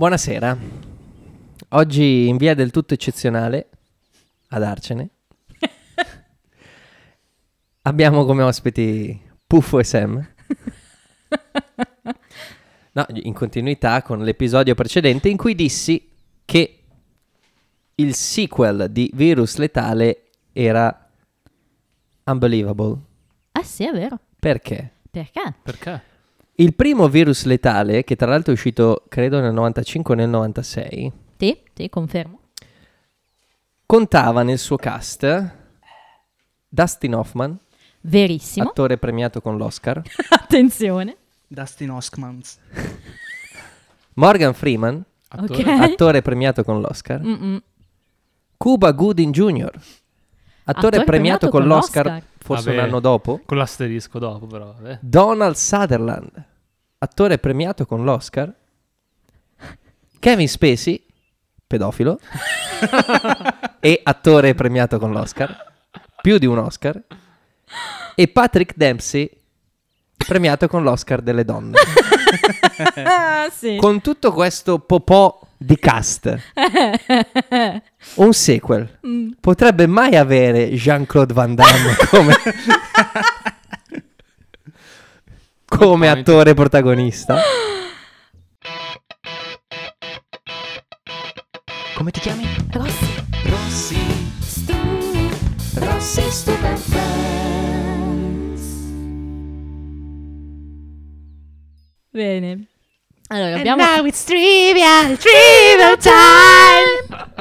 Buonasera. Oggi in via del tutto eccezionale, ad Arcene, abbiamo come ospiti Puffo e Sam. No, in continuità con l'episodio precedente in cui dissi che il sequel di Virus Letale era unbelievable. Ah sì, è vero. Perché? Perché? Il primo Virus Letale, che tra l'altro è uscito credo nel 95 o nel 96, Sì, confermo. contava nel suo cast Dustin Hoffman, Verissimo. attore premiato con l'Oscar, Attenzione. Dustin Hoffmans. Morgan Freeman, Ok. attore premiato con l'Oscar, Mm-mm. Cuba Gooding Jr., attore premiato con l'Oscar forse Vabbè. un anno dopo, Con l'asterisco dopo, però. Vabbè. Donald Sutherland, attore premiato con l'Oscar, Kevin Spacey, pedofilo, e attore premiato con l'Oscar, più di un Oscar, e Patrick Dempsey, premiato con l'Oscar delle donne. Ah, sì. Con tutto questo popò di cast, un sequel potrebbe mai avere Jean-Claude Van Damme come attore protagonista? Come ti chiami? Rossi. Rossi Stupid Bene. Allora, abbiamo... Now it's trivial time!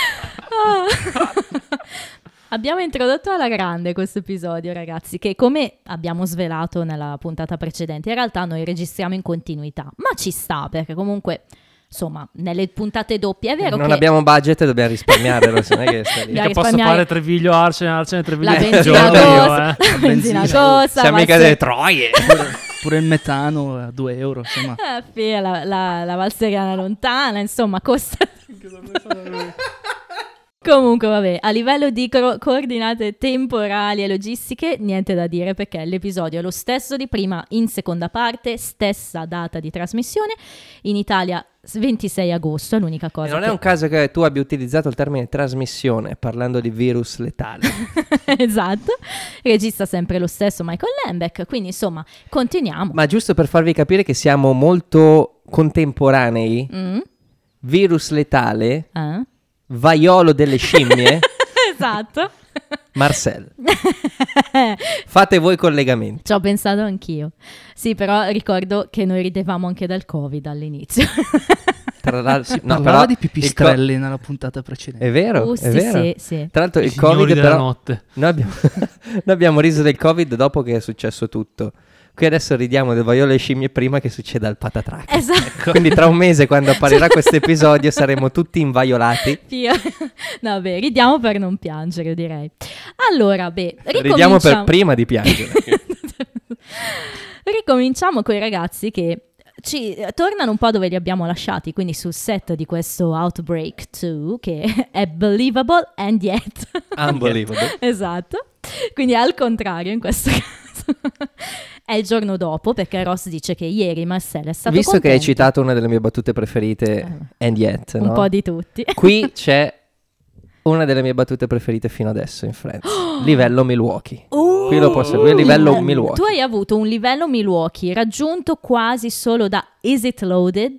Abbiamo introdotto alla grande questo episodio, ragazzi, che come abbiamo svelato nella puntata precedente, in realtà noi registriamo in continuità, ma ci sta, perché comunque, insomma, nelle puntate doppie è vero Non che abbiamo budget e dobbiamo risparmiare, non è che stai lì. Dai, Che posso risparmiare- fare Treviglio Arcene, Treviglio la Treviglio, benzina costa, eh. la benzina Benzina. costa, Siamo ma mica se- delle troie. Pure il metano a 2 euro, insomma. la valseriana lontana, insomma, costa... Comunque, vabbè, a livello di coordinate temporali e logistiche, niente da dire perché l'episodio è lo stesso di prima, in seconda parte, stessa data di trasmissione, in Italia 26 agosto, è l'unica E cosa non è un caso che tu abbia utilizzato il termine trasmissione parlando di virus letale. Esatto, regista sempre lo stesso Michael Lembeck, quindi insomma, continuiamo. Ma giusto per farvi capire che siamo molto contemporanei, Mm? virus letale, Ah? vaiolo delle scimmie, Esatto. Marcel. Fate voi collegamenti. Ci ho pensato anch'io. Sì, però ricordo che noi ridevamo anche dal Covid all'inizio. Tra l'altro, no, Parlava però di il pipistrelli nella puntata precedente. È vero, è Sì, vero. sì, sì. Tra l'altro il Signori Covid della però notte. noi abbiamo riso del Covid dopo che è successo tutto. Qui adesso ridiamo del vaiolo delle scimmie prima che succeda il patatrack. Esatto. Quindi tra un mese quando apparirà questo episodio saremo tutti invaiolati. No, beh, ridiamo per non piangere, direi. Allora, beh, Ridiamo per ricominciamo. prima di piangere. Ricominciamo con i ragazzi che ci tornano un po' dove li abbiamo lasciati, quindi sul set di questo Outbreak 2, che è believable and yet. Unbelievable. Esatto. Quindi al contrario in questo caso. È il giorno dopo, perché Ross dice che ieri Marcel è stato Visto che hai contento. citato una delle mie battute preferite, and yet, Un no? po' di tutti. Qui c'è una delle mie battute preferite fino adesso in Friends. Livello Milwaukee. Qui lo posso dire, livello Milwaukee. Tu hai avuto un livello Milwaukee raggiunto quasi solo da Is It Loaded?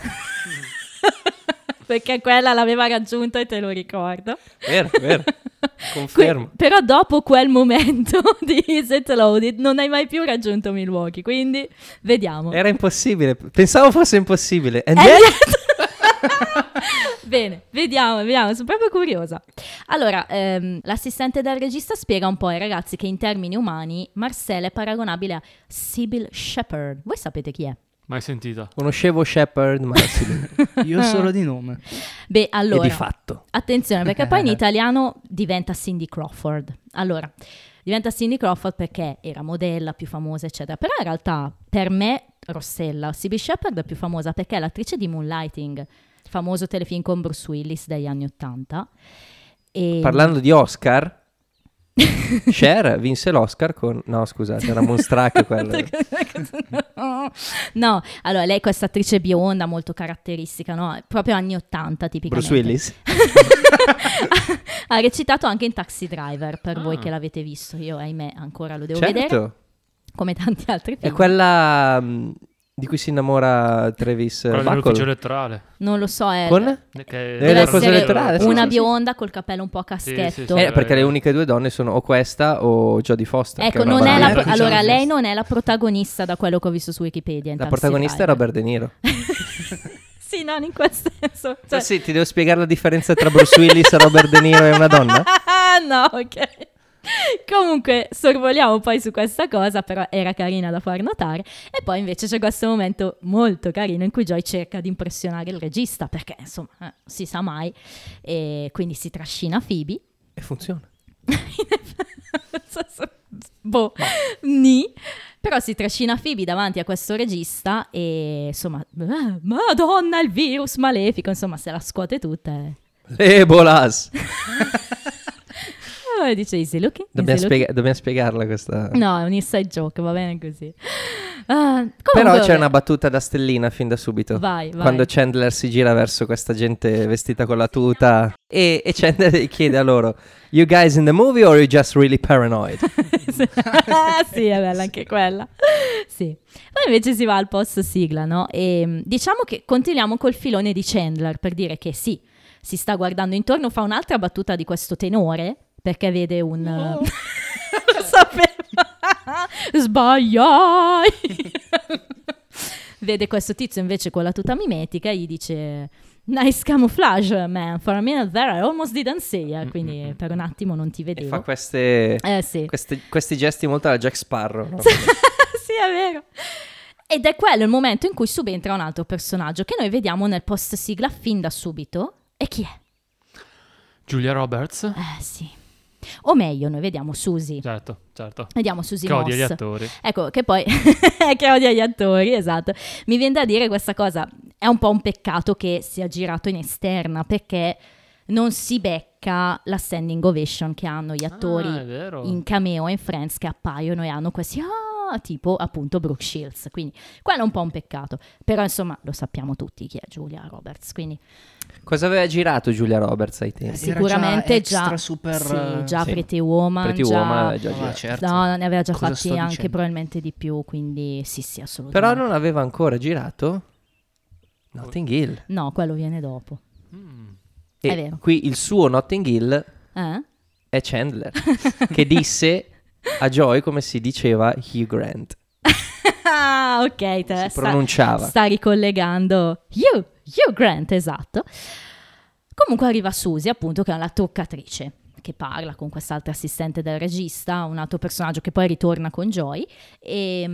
Perché quella l'aveva raggiunto e te lo ricordo. Vero. Confermo. Però dopo quel momento di Is It Loaded non hai mai più raggiunto Milwaukee, quindi vediamo. Era impossibile. Pensavo fosse impossibile. And Eh, yet- Bene, vediamo, sono proprio curiosa. Allora, l'assistente del regista spiega un po' ai ragazzi che in termini umani Marcel è paragonabile a Sybil Shepherd. Voi sapete chi è? Mai sentita. Conoscevo Shepard, ma sì, Io solo di nome. Beh, e allora, di fatto. attenzione, perché poi in italiano diventa Cindy Crawford. Allora, diventa Cindy Crawford perché era modella, più famosa, eccetera. Però in realtà, per me, Rossella, Sybil Shepherd è più famosa perché è l'attrice di Moonlighting, il famoso telefilm con Bruce Willis degli anni '80. E... Parlando di Oscar, Cher vinse l'Oscar con... No, scusate, era Moonstruck quello. No, allora lei è questa attrice bionda molto caratteristica, no? Proprio anni 80 tipicamente. Bruce Willis. Ha recitato anche in Taxi Driver, per voi che l'avete visto. Io, ahimè, ancora lo devo vedere, Certo. come tanti altri film. È quella di cui si innamora Travis Quello dell'ufficio Buckle. elettorale. Non lo so, è... Con? Che Deve Deve cosa essere elettorale, sì, una sì, sì. bionda col capello un po' a caschetto. Sì, sì, sì. Perché le uniche due donne sono o questa o Jodie Foster. che Ecco, una non è la bambina. bambina. allora Diciamo lei sì. non è la protagonista da quello che ho visto su Wikipedia. In La Taxi protagonista è Driver. Robert De Niro. Sì, non in quel senso. Cioè, sì, ti devo spiegare la differenza tra Bruce Willis e Robert De Niro e una donna? No, ok. Comunque sorvoliamo poi su questa cosa, però era carina da far notare. E poi invece c'è questo momento molto carino in cui Joy cerca di impressionare il regista, perché insomma si sa mai, e quindi si trascina Phoebe. E funziona. Boh, ni. Però si trascina Phoebe davanti a questo regista e insomma, Madonna, il virus malefico, insomma, se la scuote tutta. Ebolas! Dice easy looking. Dobbiamo spiegarla questa... No, è un inside joke, va bene così. Comunque, Però c'è vabbè. una battuta da stellina fin da subito. Vai. Quando Chandler si gira verso questa gente vestita con la tuta e Chandler chiede a loro: You guys in the movie or you just really paranoid? Sì, è bella anche quella. Sì. Poi invece si va al post sigla, no? E diciamo che continuiamo col filone di Chandler per dire che sì, si sta guardando intorno, fa un'altra battuta di questo tenore perché vede un... Lo sapevo! Sbagliai! Vede questo tizio invece con la tuta mimetica e gli dice... Nice camouflage, man. For a minute there I almost didn't see you. Quindi per un attimo non ti E vedevo. fa Sì. questi gesti molto alla Jack Sparrow, no? Sì, è vero. Ed è quello il momento in cui subentra un altro personaggio che noi vediamo nel post sigla fin da subito. E chi è? Giulia Roberts. Sì. O meglio, noi vediamo Susie. Certo. Vediamo Susie Che Moss. odia gli attori. Ecco, che poi che odia gli attori, esatto. Mi viene da dire questa cosa, è un po' un peccato che sia girato in esterna, perché non si becca la standing ovation che hanno gli attori è vero. in cameo e in Friends che appaiono e hanno questi tipo appunto Brooke Shields, quindi quello è un po' un peccato, però insomma lo sappiamo tutti chi è Julia Roberts, quindi Cosa aveva girato Giulia Roberts ai tempi? sicuramente extra già super, sì, già sì. Pretty Woman, Pretty già, Woman aveva già girato. certo. no, ne aveva già Cosa fatti sto anche dicendo? probabilmente di più, quindi sì assolutamente. Però non aveva ancora girato Notting Hill. No, quello viene dopo. E È vero. qui il suo Notting Hill è Chandler, che disse a Joy come si diceva Hugh Grant. Ah, ok, te Si pronunciava. sta ricollegando Hugh Grant, esatto. Comunque arriva Susie, appunto, che è la toccatrice, che parla con quest'altra assistente del regista, un altro personaggio che poi ritorna con Joy, e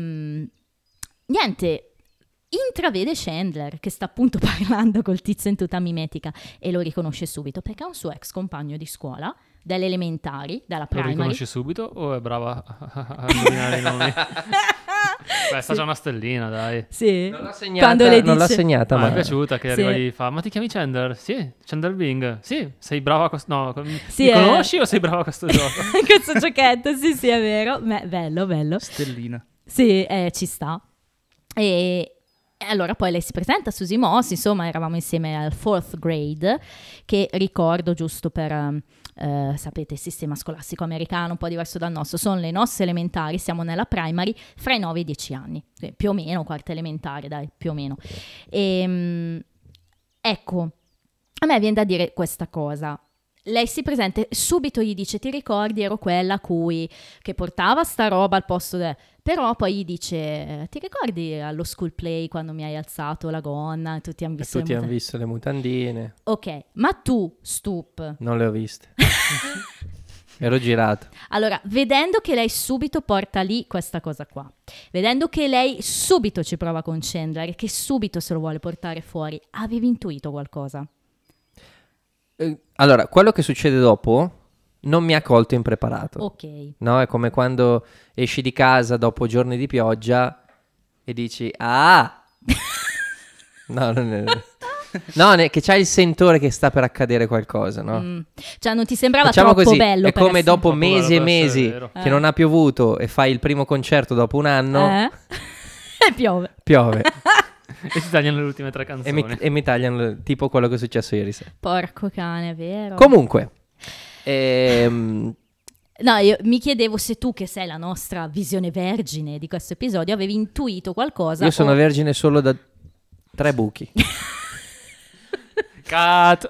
niente, intravede Chandler, che sta appunto parlando col tizio in tuta mimetica, e lo riconosce subito, perché è un suo ex compagno di scuola, dalle elementari, dalla Lo primary. riconosci subito o è brava a indovinare i nomi? Beh, sta già una stellina, dai. Sì, Non l'ha segnata, quando le non l'ha dice... segnata, Ma mi ma è piaciuta che Sì. arriva e gli fa: ma ti chiami Chandler? Sì, Chandler Bing. Sì, sei brava a questo... No, Sì, mi conosci o sei brava a questo gioco? questo giochetto, sì, è vero. Bello. Stellina. Sì, ci sta. E allora poi lei si presenta a Susie Moss, insomma eravamo insieme al 4th grade, che ricordo giusto per, sapete, il sistema scolastico americano un po' diverso dal nostro, sono le nostre elementari, siamo nella primary fra i 9 e i 10 anni, più o meno, quarta elementare, dai, più o meno. Ecco, a me viene da dire questa cosa. Lei si presenta e subito gli dice: ti ricordi, ero quella che portava sta roba al posto però poi gli dice: ti ricordi allo school play quando mi hai alzato la gonna e tutti hanno e visto tutti hanno visto le mutandine. Ok, ma tu, stup, Non le ho viste. Ero girato. allora, vedendo che lei subito porta lì questa cosa qua, vedendo che lei subito ci prova con Chandler e che subito se lo vuole portare fuori, avevi intuito qualcosa? Allora, quello che succede dopo non mi ha colto impreparato. Ok. No, è come quando esci di casa dopo giorni di pioggia e dici: ah! No, non è... No, che c'hai il sentore che sta per accadere qualcosa, no? Cioè non ti sembrava Facciamo troppo così, bello è per come essere- dopo Troppo bello mesi e per essere mesi vero. che non ha piovuto e fai il primo concerto dopo un anno, E piove. piove E si tagliano le ultime 3 e canzoni. mi tagliano tipo quello che è successo ieri sera. Porco cane, è vero. Comunque, No, io mi chiedevo se tu, che sei la nostra visione vergine di questo episodio, avevi intuito qualcosa. io sono o- vergine solo da 3 buchi. Cut!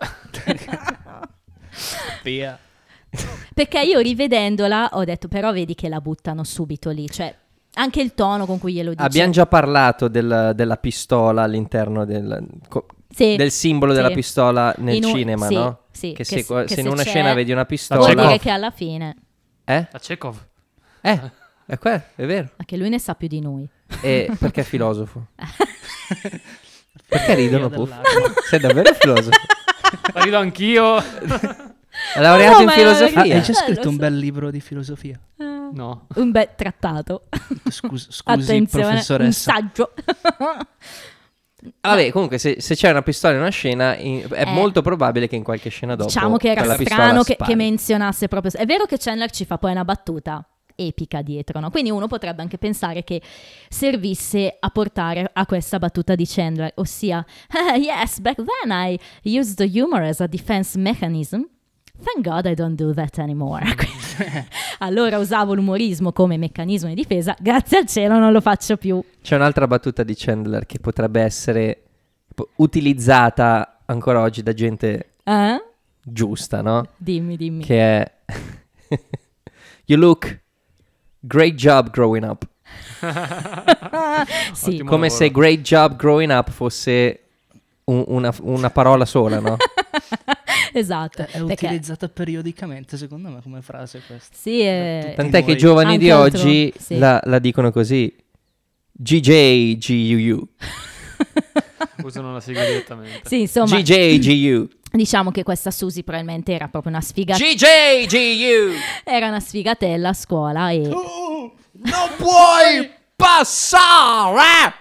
Via. Perché io rivedendola ho detto, però vedi che la buttano subito lì. Cioè, anche il tono con cui glielo dice. Abbiamo già parlato della pistola all'interno Sì, del simbolo sì. della pistola nel In un- cinema, sì, no? sì, Che che se, se- che se in se una c'è, scena vedi una vuol pistola... dire Chekhov. che alla fine... Eh? A Chekhov. È vero. Anche lui ne sa più di noi. Perché è filosofo. Perché ridono, Via Puff? dall'acqua. Sei davvero filosofo? La rido anch'io. È laureato No, in ma filosofia. Hai già lo scritto un so. bel libro di filosofia? No. Un bel trattato. Scusi, Attenzione, un professoressa. saggio. Vabbè, comunque, se c'è una pistola in una scena, è molto probabile che in qualche scena dopo Diciamo che era quella pistola strano che spari. menzionasse proprio... È vero che Chandler ci fa poi una battuta epica dietro, no? Quindi uno potrebbe anche pensare che servisse a portare a questa battuta di Chandler, ossia yes, back then I used the humor as a defense mechanism. Thank God I don't do that anymore. Allora usavo l'umorismo come meccanismo di difesa, grazie al cielo non lo faccio più. C'è un'altra battuta di Chandler che potrebbe essere utilizzata ancora oggi da gente giusta, no? Dimmi. Che è You look great job growing up. Sì. Ottimo Come lavoro. se great job growing up fosse una parola sola, no? Esatto. È perché- utilizzata periodicamente, secondo me, come frase questa. Sì, è... Tant'è che i Noi. giovani Anche di altro, oggi sì. la dicono così. GJGUU. Usano la sigla direttamente. Sì, insomma, GJGU. diciamo che questa Susie probabilmente era proprio una GJGU. era una sfigatella a scuola e Non puoi passare.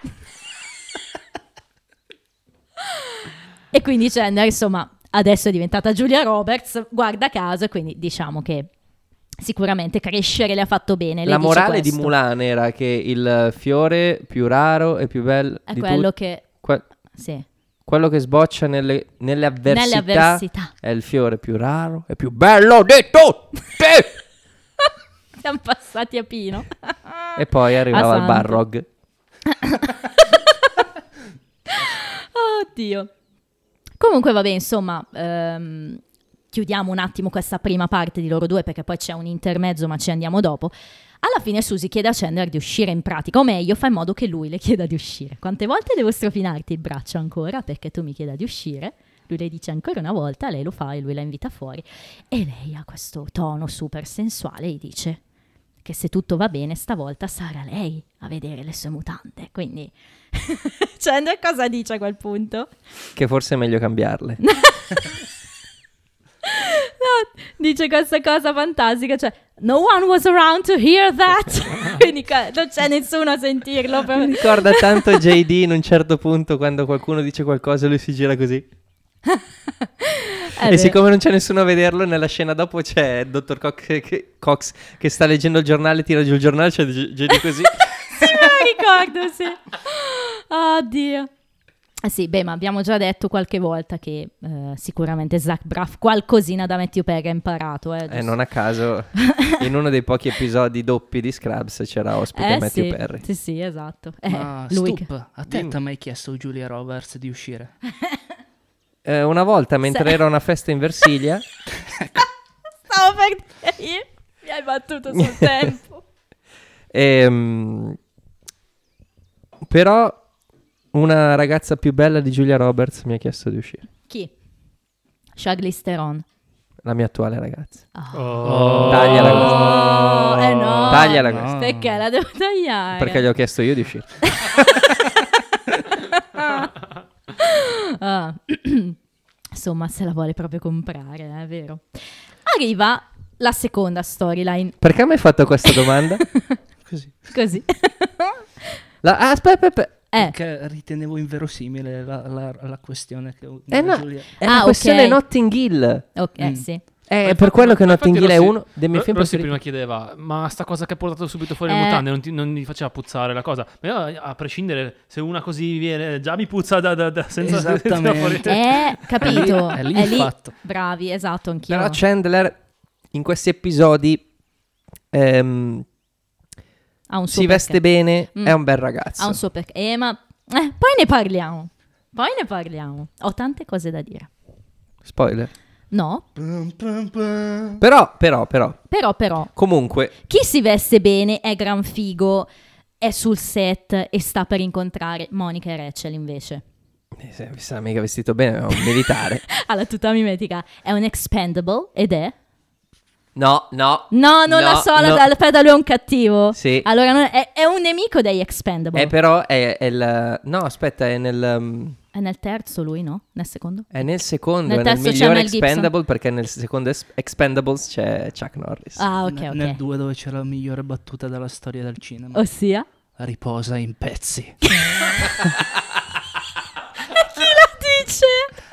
e quindi Chandler, insomma, adesso è diventata Julia Roberts, guarda caso, e quindi diciamo che sicuramente crescere le ha fatto bene. Lei La dice morale di questo. Mulan era che il fiore più raro e più bello È di quello tutti, che... que- Sì, quello che sboccia nelle avversità, nelle avversità. è il fiore più raro e più bello di tutti. Siamo passati a Pino. E poi arrivava il Santo. Balrog. Oddio. Comunque vabbè, insomma, chiudiamo un attimo questa prima parte di loro due perché poi c'è un intermezzo, ma ci andiamo dopo. Alla fine Susie chiede a Chandler di uscire in pratica, o meglio, fa in modo che lui le chieda di uscire. Quante volte devo strofinarti il braccio ancora perché tu mi chieda di uscire? Lui le dice ancora una volta, lei lo fa e lui la invita fuori. E lei ha questo tono super sensuale e dice che se tutto va bene stavolta sarà lei a vedere le sue mutande. Quindi Chandler cosa dice a quel punto? Che forse è meglio cambiarle. No, dice questa cosa fantastica, cioè no one was around to hear that. Quindi non c'è nessuno a sentirlo. Mi ricorda tanto JD in un certo punto quando qualcuno dice qualcosa e lui si gira così. E siccome non c'è nessuno a vederlo, nella scena dopo c'è il dottor Cox che sta leggendo il giornale, tira giù il giornale, c'è JD così. Sì, me lo ricordo, sì. Oddio. Sì, beh, ma abbiamo già detto qualche volta che sicuramente Zach Braff qualcosina da Matthew Perry ha imparato. Non a caso, in uno dei pochi episodi doppi di Scrubs c'era ospite Matthew sì, Perry. Sì, sì, esatto. Ma Lui Stup, a te ti ha mai chiesto Julia Roberts di uscire? Una volta, mentre era una festa in Versilia, Stavo per dire, mi hai battuto sul tempo. però una ragazza più bella di Julia Roberts mi ha chiesto di uscire. Chi? Charlize Theron. La mia attuale ragazza. Oh. Tagliala questa. No. Tagliala no. questa. Perché la devo tagliare? Perché gli ho chiesto io di uscire. Ah. Insomma, se la vuole proprio comprare, è vero. Arriva la seconda storyline. Perché mi hai fatto questa domanda? Così. Così. Aspetta. Perché ritenevo inverosimile la questione che no, Giulia... è una questione ok. Notting Hill. Ok, sì. È per quello che Notting Hill è uno dei miei film Rossi preferiti. prima chiedeva, ma sta cosa che ha portato subito fuori le mutande non ti faceva puzzare la cosa? Ma io, a prescindere, se una così viene, già mi puzza senza Esattamente. fuori. Capito? È lì il fatto. Bravi, esatto, anch'io. Però Chandler in questi episodi Ha un suo si veste perché. bene, è un bel ragazzo. Ha un suo perché. Ma poi ne parliamo. Ho tante cose da dire. Spoiler. No? Però. Però. Comunque, Chi si veste bene è gran figo, è sul set e sta per incontrare Monica e Rachel invece. mi sa mica vestito bene, è un militare. Ha la tuta mimetica. È un expendable ed è... No. No, non la so, no. lui è un cattivo. Sì. Allora è un nemico degli expendable. Però è il... No, aspetta, è nel... È nel terzo lui, no? Nel secondo? È nel secondo, Nel è nel terzo c'è migliore Mel Gibson. Expendable, perché nel secondo Expendables c'è Chuck Norris. Ah, ok, Nel ok. 2 dove c'è la migliore battuta della storia del cinema. Ossia? Riposa in pezzi. Chi la dice?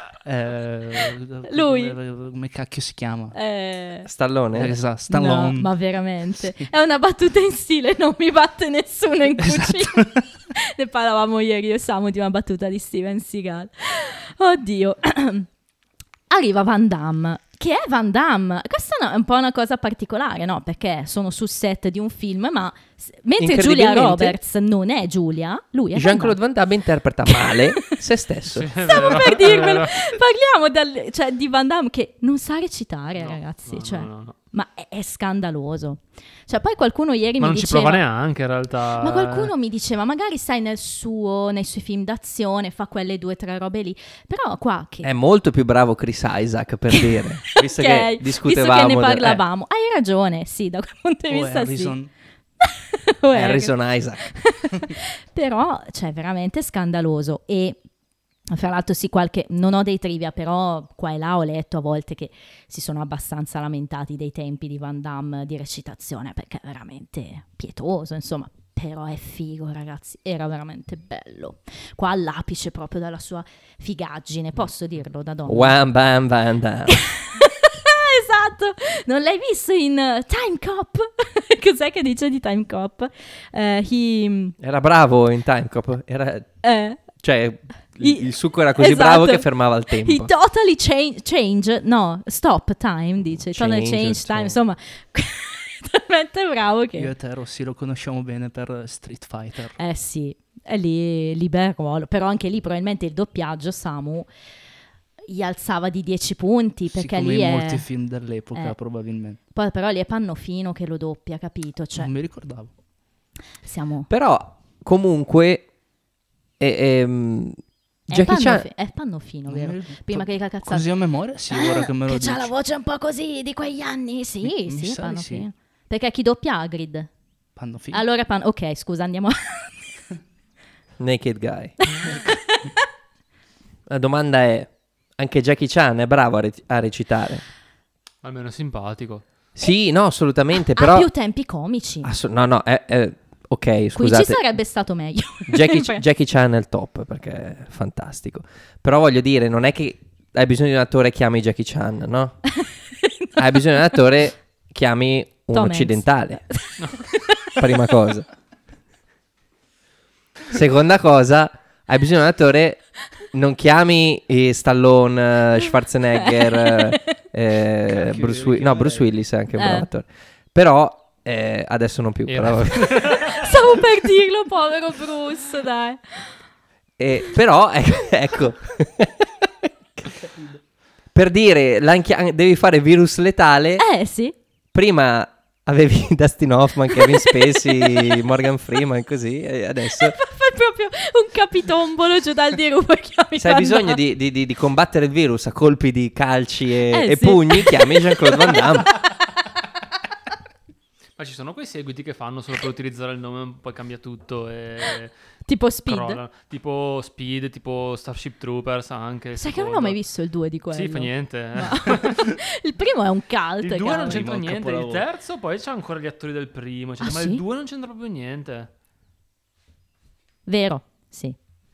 Lui. Come cacchio si chiama? Stallone? Esatto, Stallone. No, ma veramente. È una battuta in stile non mi batte nessuno in cucina. Ne parlavamo ieri io e Samu di una battuta di Steven Seagal. Oddio. Arriva Van Damme. Che è Van Damme? Questa è un po' una cosa particolare, no? Perché sono sul set di un film, ma mentre Julia Incredibilmente, Roberts non è Giulia, lui è Jean-Claude Van Damme interpreta male se stesso. Stavo per dirvelo. Parliamo di Van Damme che non sa recitare, ragazzi. No. Ma è scandaloso. Cioè, poi qualcuno ieri Ma mi non ci diceva... prova neanche in realtà. Ma qualcuno mi diceva, magari sai nei suoi film d'azione, fa quelle 2 o 3 robe lì. Però qua che... È molto più bravo Chris Isaac, per dire. Visto Ok, che discutevamo. visto che ne parlavamo. Hai ragione, sì, da quel punto di vista Harrison. sì. Harrison Isaac. Però, cioè, veramente scandaloso. E fra l'altro sì, non ho dei trivia, però qua e là ho letto a volte che si sono abbastanza lamentati dei tempi di Van Damme di recitazione, perché è veramente pietoso, insomma. Però è figo, ragazzi, era veramente bello. Qua all'apice proprio della sua figaggine, posso dirlo da donna. Wham bam Van Damme. Esatto, non l'hai visto in Time Cop? Cos'è che dice di Time Cop? Era bravo in Time Cop. Cioè, il succo era così esatto. bravo che fermava il He tempo. totally change, no, stop time, dice. Totally change time, insomma, talmente bravo che... Io e te, Rossi, lo conosciamo bene per Street Fighter. Sì, è lì bel ruolo, però anche lì probabilmente il doppiaggio, Samu, gli alzava di 10 punti, perché come lì in è... molti film dell'epoca, probabilmente. Poi però lì è Pannofino che lo doppia, capito? Cioè, Non mi ricordavo. siamo... Però, comunque... Jackie Chan... È Pannofino, Non vero? mi ricordo. Prima che le cacazzate. Così a memoria? Sì, ora che me lo Che dici. c'ha la voce un po' così di quegli anni, sì, Mi sì, sa di Pannofino. sì. Perché chi doppia Hagrid? Pannofino. Allora ok, scusa, andiamo. Naked Guy. La domanda è: anche Jackie Chan è bravo a recitare? Almeno è simpatico. Sì, no, assolutamente, Ha però... più tempi comici. no, ok, Qui ci scusate. sarebbe stato meglio. Jackie Chan è il top, perché è fantastico. Però voglio dire, non è che hai bisogno di un attore, chiami Jackie Chan, no? Hai bisogno di un attore, chiami un Tom Hanks. occidentale. Prima cosa. Seconda cosa, hai bisogno di un attore, non chiami Stallone, Schwarzenegger, Bruce Willis è anche un bravo attore. Però adesso non più. Però, Stavo per dirlo, povero Bruce, dai. però ecco. Per dire, devi fare Virus Letale. Sì. Prima avevi Dustin Hoffman, Kevin Spacey, Morgan Freeman, così, e adesso... Fai proprio un capitombolo giù dal dirupo e chiami Se hai Van bisogno Damme. di combattere il virus a colpi di calci e Sì. pugni, chiami Jean-Claude Van Damme. Ma ci sono quei seguiti che fanno solo per utilizzare il nome, poi cambia tutto e... Tipo Speed. crollano. Tipo Speed, tipo Starship Troopers anche. Sai che non ho mai visto il 2 di quello. Sì, fa niente. No. Il primo è un cult. Il 2 non cavolo. c'entra Primo niente. Il capolavoro. terzo poi c'ha ancora gli attori del primo. Ma sì? il 2 non c'entra proprio niente. Vero. Sì.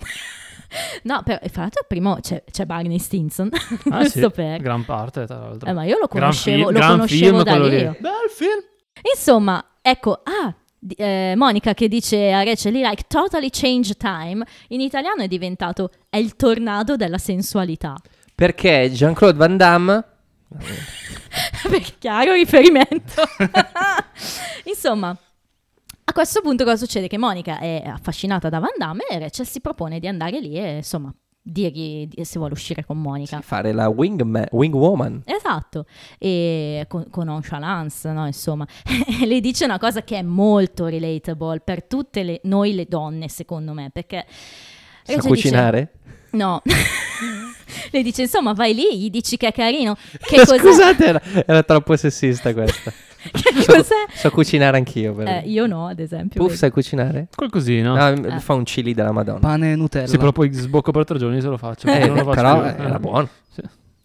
No, fra l'altro il primo c'è Barney Stinson. Ah, giusto sì, per... gran parte, tra l'altro. Ma io lo Gran conoscevo, gran film, da quello lì. lì. Bel film. Insomma, ecco, Monica che dice a Rachel like totally change time, in italiano è diventato è il tornado della sensualità. Perché Jean-Claude Van Damme... Perché chiaro riferimento. Insomma, a questo punto cosa succede? Che Monica è affascinata da Van Damme e Rachel si propone di andare lì e insomma dirgli se vuole uscire con Monica. Fare la wingwoman. Esatto, e con nonchalance, no? Insomma, le dice una cosa che è molto relatable per tutte noi le donne, secondo me, perché Sa cucinare? No. Le dice, insomma, vai lì, gli dici che è carino. Che cos'è? Scusate, era troppo sessista questa. Che cos'è? So cucinare anch'io. Io no, ad esempio. Puff, vedi. sai cucinare? Qualcosino. No, fa un chili della Madonna. Pane e Nutella. Sì, però poi sbocco per 3 giorni se lo faccio. Non lo faccio però più. era buono. Sì.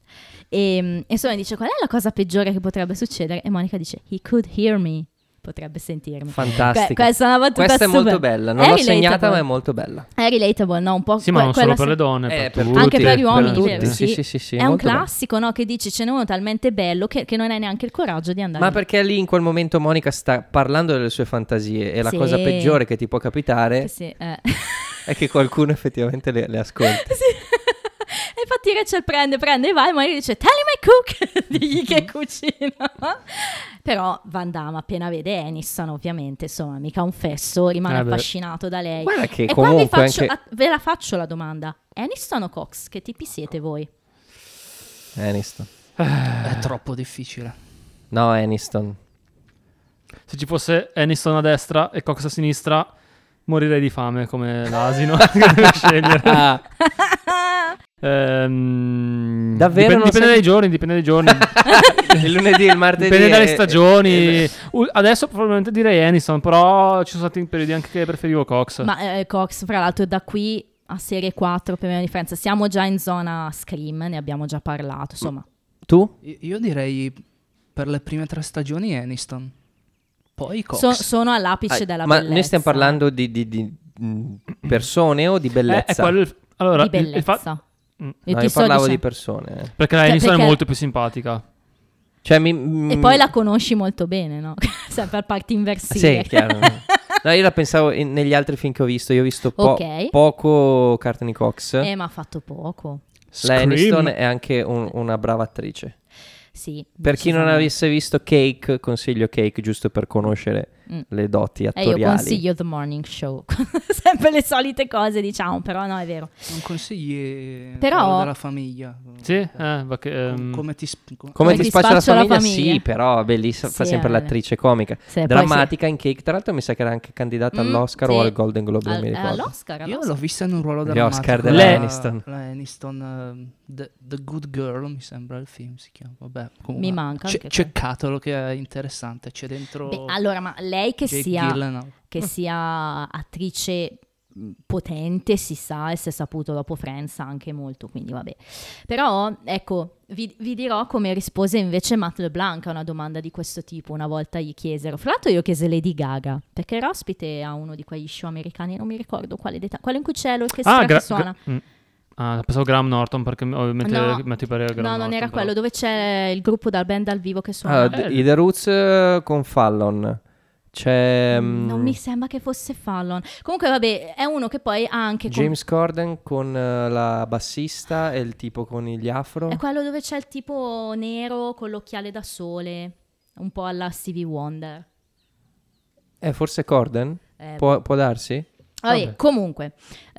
E insomma dice, qual è la cosa peggiore che potrebbe succedere? E Monica dice, he could hear me. Potrebbe sentirmi. Fantastica. Questa è una battuta Questa è molto super- bella. Non è l'ho relatable. segnata, ma è molto bella. È relatable, no? Un po' Sì, ma non quella solo per le donne, per per tutti. Anche per gli uomini, tutti. vero? Sì, È un molto bello. classico, no? Che dici ce n'è uno talmente bello che non hai neanche il coraggio di andare. Ma perché lì in quel momento Monica sta parlando delle sue fantasie e la Sì. cosa peggiore che ti può capitare Sì, è che qualcuno effettivamente le ascolti. Sì. E infatti Rachel prende e vai, ma gli dice tell him I cook, digli che cucina. Però Van Damme appena vede Aniston, ovviamente, insomma, mica un fesso, rimane beh. affascinato da lei. Guarda che e qua vi comunque faccio, anche... ve la faccio la domanda, Aniston o Cox? Che tipi siete voi? Aniston. È troppo difficile. No, Aniston. Se ci fosse Aniston a destra e Cox a sinistra, morirei di fame come l'asino che deve scegliere. Ah, Davvero? Dipende dai giorni, il lunedì e il martedì. Dipende dalle stagioni. Adesso probabilmente direi Aniston, però ci sono stati periodi anche che preferivo Cox. Ma Cox, fra l'altro, da qui a serie 4 per mia differenza, siamo già in zona Scream, ne abbiamo già parlato, insomma. Tu? Io direi per le prime 3 stagioni Aniston. Poi Cox. Sono all'apice della Ma bellezza. noi stiamo parlando di persone o di bellezza? È quello allora, di bellezza. No, io parlavo di persone. Perché la Cioè, Aniston perché- è molto più simpatica. Cioè, E poi la conosci molto bene, no? Sempre al parti inversive. Sì, chiaro. No, io la pensavo negli altri film che ho visto. Io ho visto Ok. poco Courtney Cox. Ma ha fatto poco. La Aniston Scream. è anche una brava attrice. Sì. Per chi non decisamente. avesse visto Cake, consiglio Cake giusto per conoscere le doti Io attoriali. consiglio The Morning Show. Sempre le solite cose, diciamo, però no, è vero. Non consigli Però- quello della famiglia. Sì? Perché, Come ti Come ti spaccia la famiglia? famiglia? Sì, però vabbè, lì fa Sì, sempre l'attrice comica. Sì, poi Drammatica in Cake. Tra l'altro mi sa che era anche candidata all'Oscar o sì. al Golden Globe, non mi ricordo. All'Oscar, Io l'ho vista in un ruolo Gli drammatico. Oscar della Aniston. La Aniston, The Good Girl, mi sembra il film si chiama. Vabbè, comunque, Mi manca anche quello. Ceccatelo che è interessante. C'è dentro Beh, allora, ma lei che Jake sia Gyllenhaal. attrice potente, si sa, e si è saputo dopo Friends anche molto, quindi vabbè. Però, ecco, vi dirò come rispose invece Matt LeBlanc a una domanda di questo tipo, una volta gli chiesero. Fra l'altro io chiese Lady Gaga, perché era ospite a uno di quegli show americani, non mi ricordo quello in cui c'è l'orchestra che suona. pensavo Graham Norton perché ovviamente No. metti per Graham No, Norton, non era però. quello, dove c'è il gruppo dal band dal vivo che suona. I The Roots con Fallon. C'è Non mi sembra che fosse Fallon. Comunque, vabbè, è uno che poi ha anche. James Corden con la bassista e il tipo con gli afro. È quello dove c'è il tipo nero con l'occhiale da sole, un po' alla Stevie Wonder. Forse Corden? Eh, Può darsi? Vabbè, Vabbè. comunque,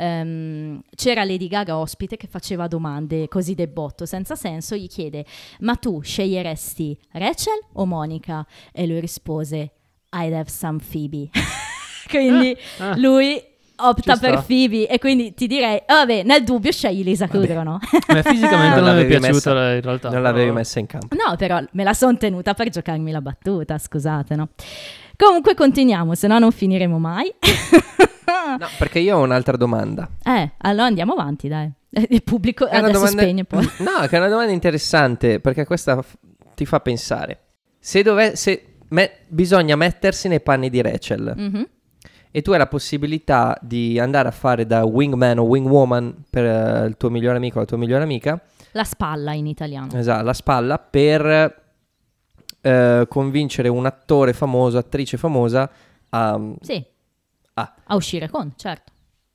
c'era Lady Gaga ospite che faceva domande così del botto, senza senso, gli chiede, ma tu sceglieresti Rachel o Monica? E lui rispose, I'd have some Phoebe. Quindi lui opta Ci per sta. Phoebe e quindi ti direi, vabbè, nel dubbio scegli Lisa Kudrow, no? Ma fisicamente non mi è l'avevi piaciuta messa- in realtà. Non l'avevi messa in campo. No, però me la son tenuta per giocarmi la battuta, scusate, no? Comunque continuiamo, se no non finiremo mai. No, perché io ho un'altra domanda. Allora andiamo avanti, dai. Il pubblico È una adesso domanda- spegne poi. No, che è una domanda interessante, perché questa ti fa pensare. Bisogna mettersi nei panni di Rachel Mhm. e tu hai la possibilità di andare a fare da wingman o wingwoman per il tuo migliore amico o la tua migliore amica, La spalla in italiano. esatto, la spalla, per convincere un attore famoso, attrice famosa a... Sì. Ah. A uscire con, certo.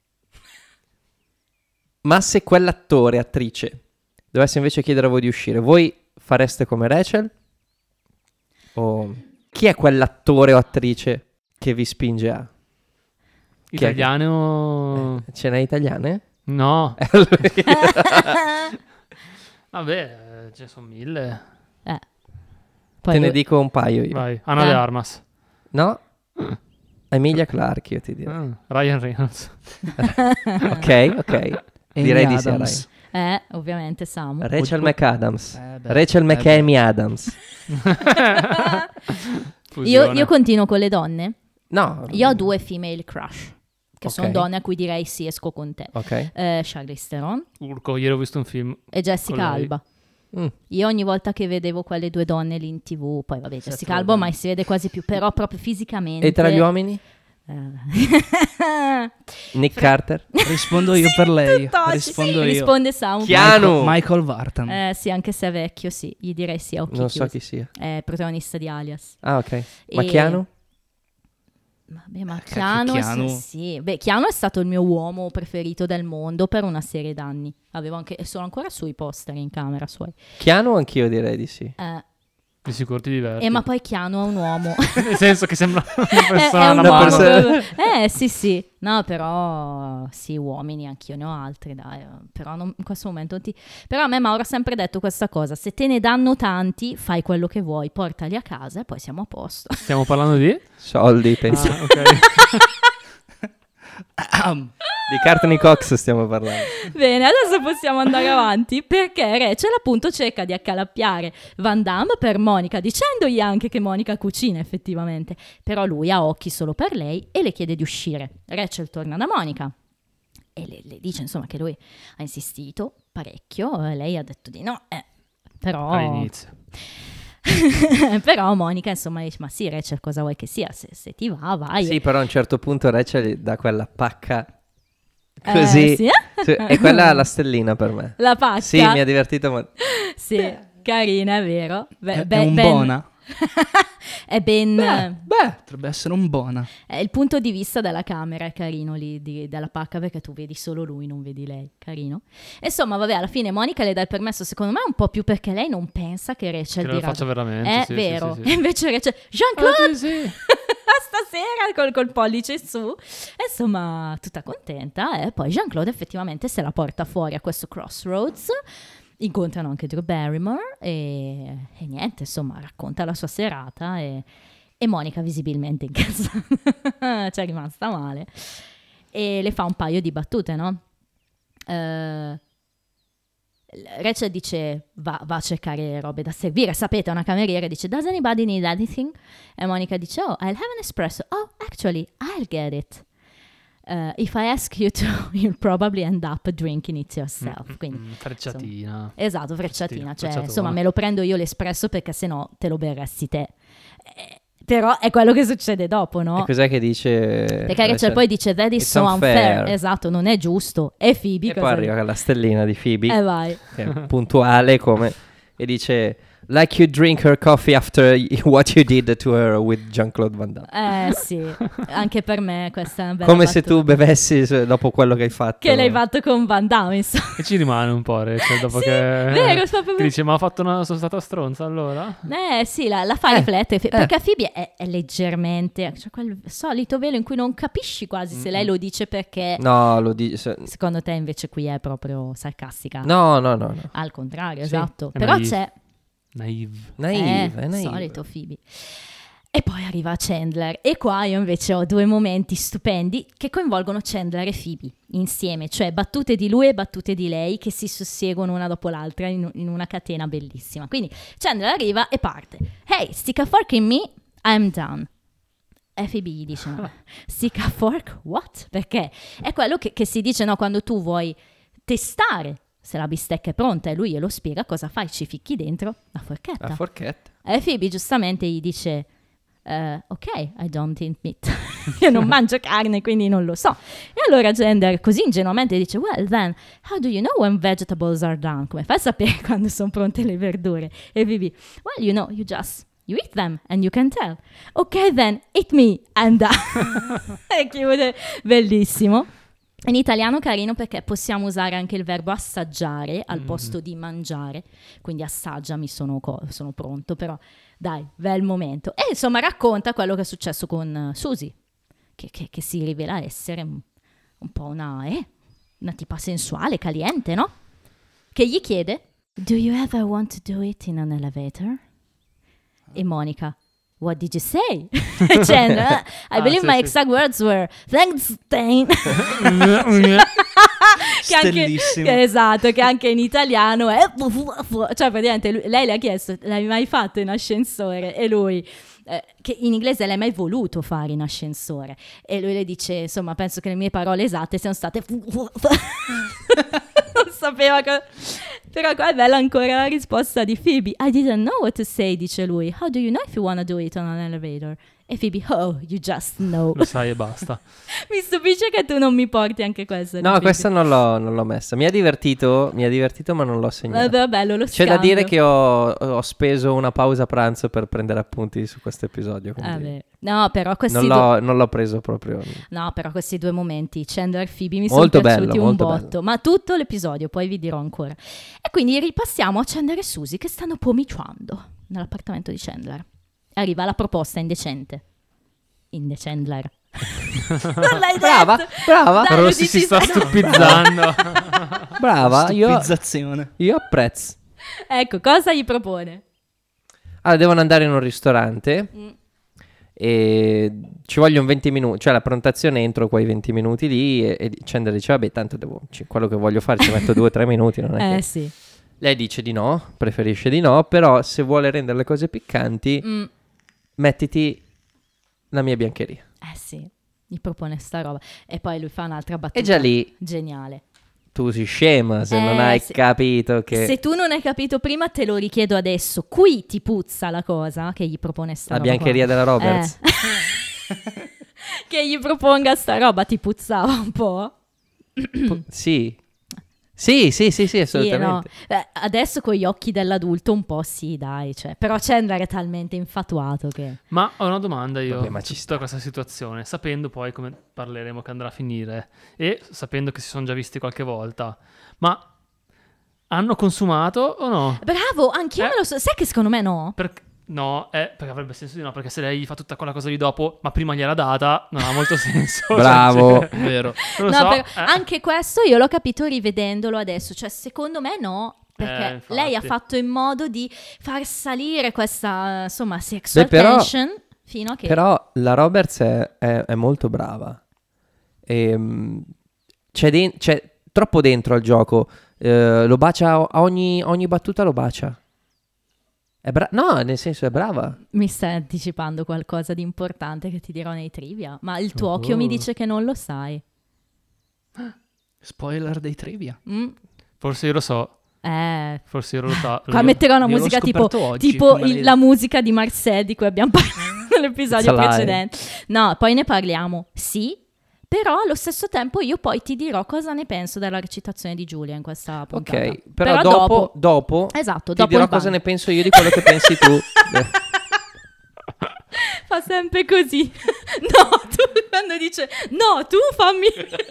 Ma se quell'attore, attrice, dovesse invece chiedere a voi di uscire, voi fareste come Rachel? O chi è quell'attore o attrice che vi spinge a? Chi è che- Italiano... Ce n'è italiane? No. Vabbè, ce ne sono 1000. Poi Te ne lui- dico un paio io. Vai, Ana de Armas. No? Emilia Clarke, io ti direi. Ryan Reynolds. Ok. Direi di sì, Adams. ovviamente Samu. Rachel McAdams. Beh, Rachel McAmy Adams. Io continuo con le donne. No. Io ho 2 female crush, che sono Ok. donne a cui direi sì, esco con te. Ok. Charlize Theron Urco, ieri ho visto un film. e Jessica Con lei. Alba. Mm. Io ogni volta che vedevo quelle 2 donne lì in TV, poi vabbè, Seth Jessica Alba Rogen. ormai si vede quasi più, però proprio fisicamente. E tra gli uomini? Nick Carter? Rispondo io per lei. Tutt'oggi. Rispondo io. Risponde Samu. Keanu! Michael Vartan. Sì, anche se è vecchio, sì, gli direi sì a occhi Non so chiusi. chi sia. È protagonista di Alias. Ah, ok. Ma E- Keanu? Vabbè, ma Cacchio, Keanu, Keanu. sì. Beh, Keanu è stato il mio uomo preferito del mondo per una serie d'anni. Avevo anche, e sono ancora sui poster in camera suoi. Keanu anch'io direi di sì. Di sicuro ti diverti. Ma poi Keanu è un uomo. Nel senso che sembra una È persona un alla una mano. persona- sì. No, però sì, uomini, anch'io ne ho altri, dai. Però in questo momento Però a me Mauro ha sempre detto questa cosa: se te ne danno tanti, fai quello che vuoi, portali a casa e poi siamo a posto. Stiamo parlando di? Soldi, penso. Ah, ok. Di Courtney Cox stiamo parlando. Bene, adesso possiamo andare avanti perché Rachel appunto cerca di accalappiare Van Damme per Monica, dicendogli anche che Monica cucina effettivamente, però lui ha occhi solo per lei e le chiede di uscire. Rachel torna da Monica e le dice insomma che lui ha insistito parecchio e lei ha detto di no, però... All'inizio. Però Monica insomma dice ma sì Rachel cosa vuoi che sia, se ti va vai. Sì, però a un certo punto Rachel dà quella pacca così. Sì? Sì, e quella è la stellina per me. La pacca. Sì, mi ha divertito molto. Sì, carina, è vero. È un bona. È ben... Beh, Potrebbe essere un bona. il punto di vista della camera è carino lì, della pacca, perché tu vedi solo lui, non vedi lei. Carino. Insomma, vabbè, alla fine Monica le dà il permesso, secondo me un po' più perché lei non pensa che Rachel Che lo dirà... faccia veramente. È sì, vero. sì, sì, E sì. invece Rachel... Jean-Claude! Sì. Stasera col pollice su. E insomma, tutta contenta. E poi Jean-Claude effettivamente se la porta fuori a questo crossroads. Incontrano anche Drew Barrymore e niente, insomma, racconta la sua serata e Monica visibilmente incazzata, cioè è rimasta male. E le fa un paio di battute, no? Rachel dice va a cercare robe da servire, sapete, una cameriera dice does anybody need anything? E Monica dice oh I'll have an espresso, oh actually I'll get it. If I ask you to, you'll probably end up drinking it yourself. Quindi, Frecciatina. esatto, frecciatina. Cioè, Frecciatona. insomma, me lo prendo io l'espresso perché sennò te lo berresti te. Però è quello che succede dopo, no? e cos'è che dice? Perché Rachel poi dice that is It's so unfair. unfair. Esatto, non è giusto. E Phoebe E cosa poi arriva la stellina di Phoebe, vai. che è puntuale come... E dice... Like you drink her coffee after what you did to her with Jean-Claude Van Damme. Sì, anche per me questa è una bella Come se battuta. tu bevessi dopo quello che hai fatto. Che l'hai fatto con Van Damme, insomma. E ci rimane un po' Rachel dopo Sì, che... vero, proprio che dice ma sono stata stronza allora? Sì, la fa riflettere, perché Phoebe è leggermente, cioè quel solito velo in cui non capisci quasi se lei lo dice perché No, lo dice... secondo te invece qui è proprio sarcastica. No. Al contrario, Sì, esatto. è Però naive. c'è Naive. Naive, è naive. solito Phoebe. E poi arriva Chandler e qua io invece ho 2 momenti stupendi che coinvolgono Chandler e Phoebe insieme, cioè battute di lui e battute di lei che si susseguono una dopo l'altra in una catena bellissima. Quindi Chandler arriva e parte. Hey, stick a fork in me, I'm done. E Phoebe gli dice stick a fork? What? Perché è quello che si dice no, quando tu vuoi testare se la bistecca è pronta e lui glielo spiega cosa fai, ci ficchi dentro la forchetta. La forchetta. E Phoebe giustamente gli dice ok, I don't eat meat. Io non mangio carne, quindi non lo so. E allora Chandler così ingenuamente dice, well then, how do you know when vegetables are done? Come fai a sapere quando sono pronte le verdure? E Phoebe, well, you know, you eat them and you can tell. Ok then, eat me and e chiude, bellissimo. In italiano carino perché possiamo usare anche il verbo assaggiare al posto di mangiare, quindi assaggiami, sono pronto, però dai, bel momento. E insomma racconta quello che è successo con Susie, che si rivela essere un po' una tipa sensuale, caliente, no? Che gli chiede, do you ever want to do it in an elevator? E Monica, what did you say? Chandler, I believe my exact words were, thanks, Stain. Stellissimo. Esatto, che anche in italiano è... Cioè praticamente lei le ha chiesto, l'hai mai fatto in ascensore? E lui... che in inglese l'hai mai voluto fare in ascensore? E lui le dice, insomma, penso che le mie parole esatte siano state... non sapeva però qua è bella ancora la risposta di Phoebe. I didn't know what to say, dice lui. How do you know if you want to do it on an elevator? E Phoebe, oh, you just know. Lo sai e basta. Mi stupisce che tu non mi porti anche questa. No, questa non l'ho messa. Mi ha divertito, ma non l'ho segnata. Vabbè, lo C'è da scambio. dire che ho speso una pausa pranzo per prendere appunti su questo episodio. Quindi No, però questi non l'ho preso proprio. No, però questi due momenti, Chandler e Phoebe, mi Molto sono piaciuti bello, un molto botto. bello. Ma tutto l'episodio, poi vi dirò ancora. E quindi ripassiamo a Chandler e Susie che stanno pomiciando nell'appartamento di Chandler. Arriva la proposta indecente. In The Chandler. Non l'hai Brava, detto. brava. Dai, lo Rossi dici si sta sempre. stupizzando. Brava, Stupizzazione. io apprezzo. Ecco, cosa gli propone? Allora, devono andare in un ristorante e ci vogliono 20 minuti, cioè la prenotazione entro quei 20 minuti lì e Chandler dice, vabbè, tanto quello che voglio fare ci metto 2 o 3 minuti, non è che... Sì. Lei dice di no, preferisce di no, però se vuole rendere le cose piccanti, mettiti la mia biancheria. Sì, gli propone sta roba. E poi lui fa un'altra battuta. E già lì Geniale. tu sei scema se non hai sì. capito che Se tu non hai capito prima, te lo richiedo adesso. Qui ti puzza la cosa che gli propone sta la roba. biancheria della Roberts. Che gli proponga sta roba ti puzzava un po'? Sì. Sì, assolutamente. no. Adesso con gli occhi dell'adulto un po' sì, dai. Cioè. Però Chandler è talmente infatuato che... Ma ho una domanda io, Vabbè, ma ci su tutta questa situazione, sapendo poi come parleremo che andrà a finire e sapendo che si sono già visti qualche volta, ma hanno consumato o no? Bravo, anch'io me lo so. Sai che secondo me no? No, perché avrebbe senso di no, perché se lei gli fa tutta quella cosa lì dopo, ma prima gliel'ha data, non ha molto senso. Bravo. Cioè, Vero. non lo No, so. però anche questo io l'ho capito rivedendolo adesso. Cioè, secondo me no. Perché Infatti. lei ha fatto in modo di far salire questa, insomma, sexual però- tension fino a che... Però la Roberts è molto brava. C'è troppo dentro al gioco. Lo bacia a ogni battuta, lo bacia. No, nel senso è brava. Mi stai anticipando qualcosa di importante che ti dirò nei trivia. Ma il tuo occhio mi dice che non lo sai. Spoiler dei trivia. Forse io lo so. Forse io lo so. Qua metterò una io l'ho musica tipo, scoperto oggi, tipo prima di- la musica di Marcel di cui abbiamo parlato nell'episodio Salai. precedente. No, poi ne parliamo. Sì, però allo stesso tempo io poi ti dirò cosa ne penso della recitazione di Giulia in questa puntata. Ok, però dopo Esatto, ti dopo dirò il cosa bagno. ne penso io di quello che pensi tu. Fa sempre così. No, tu quando dice no, tu fammi.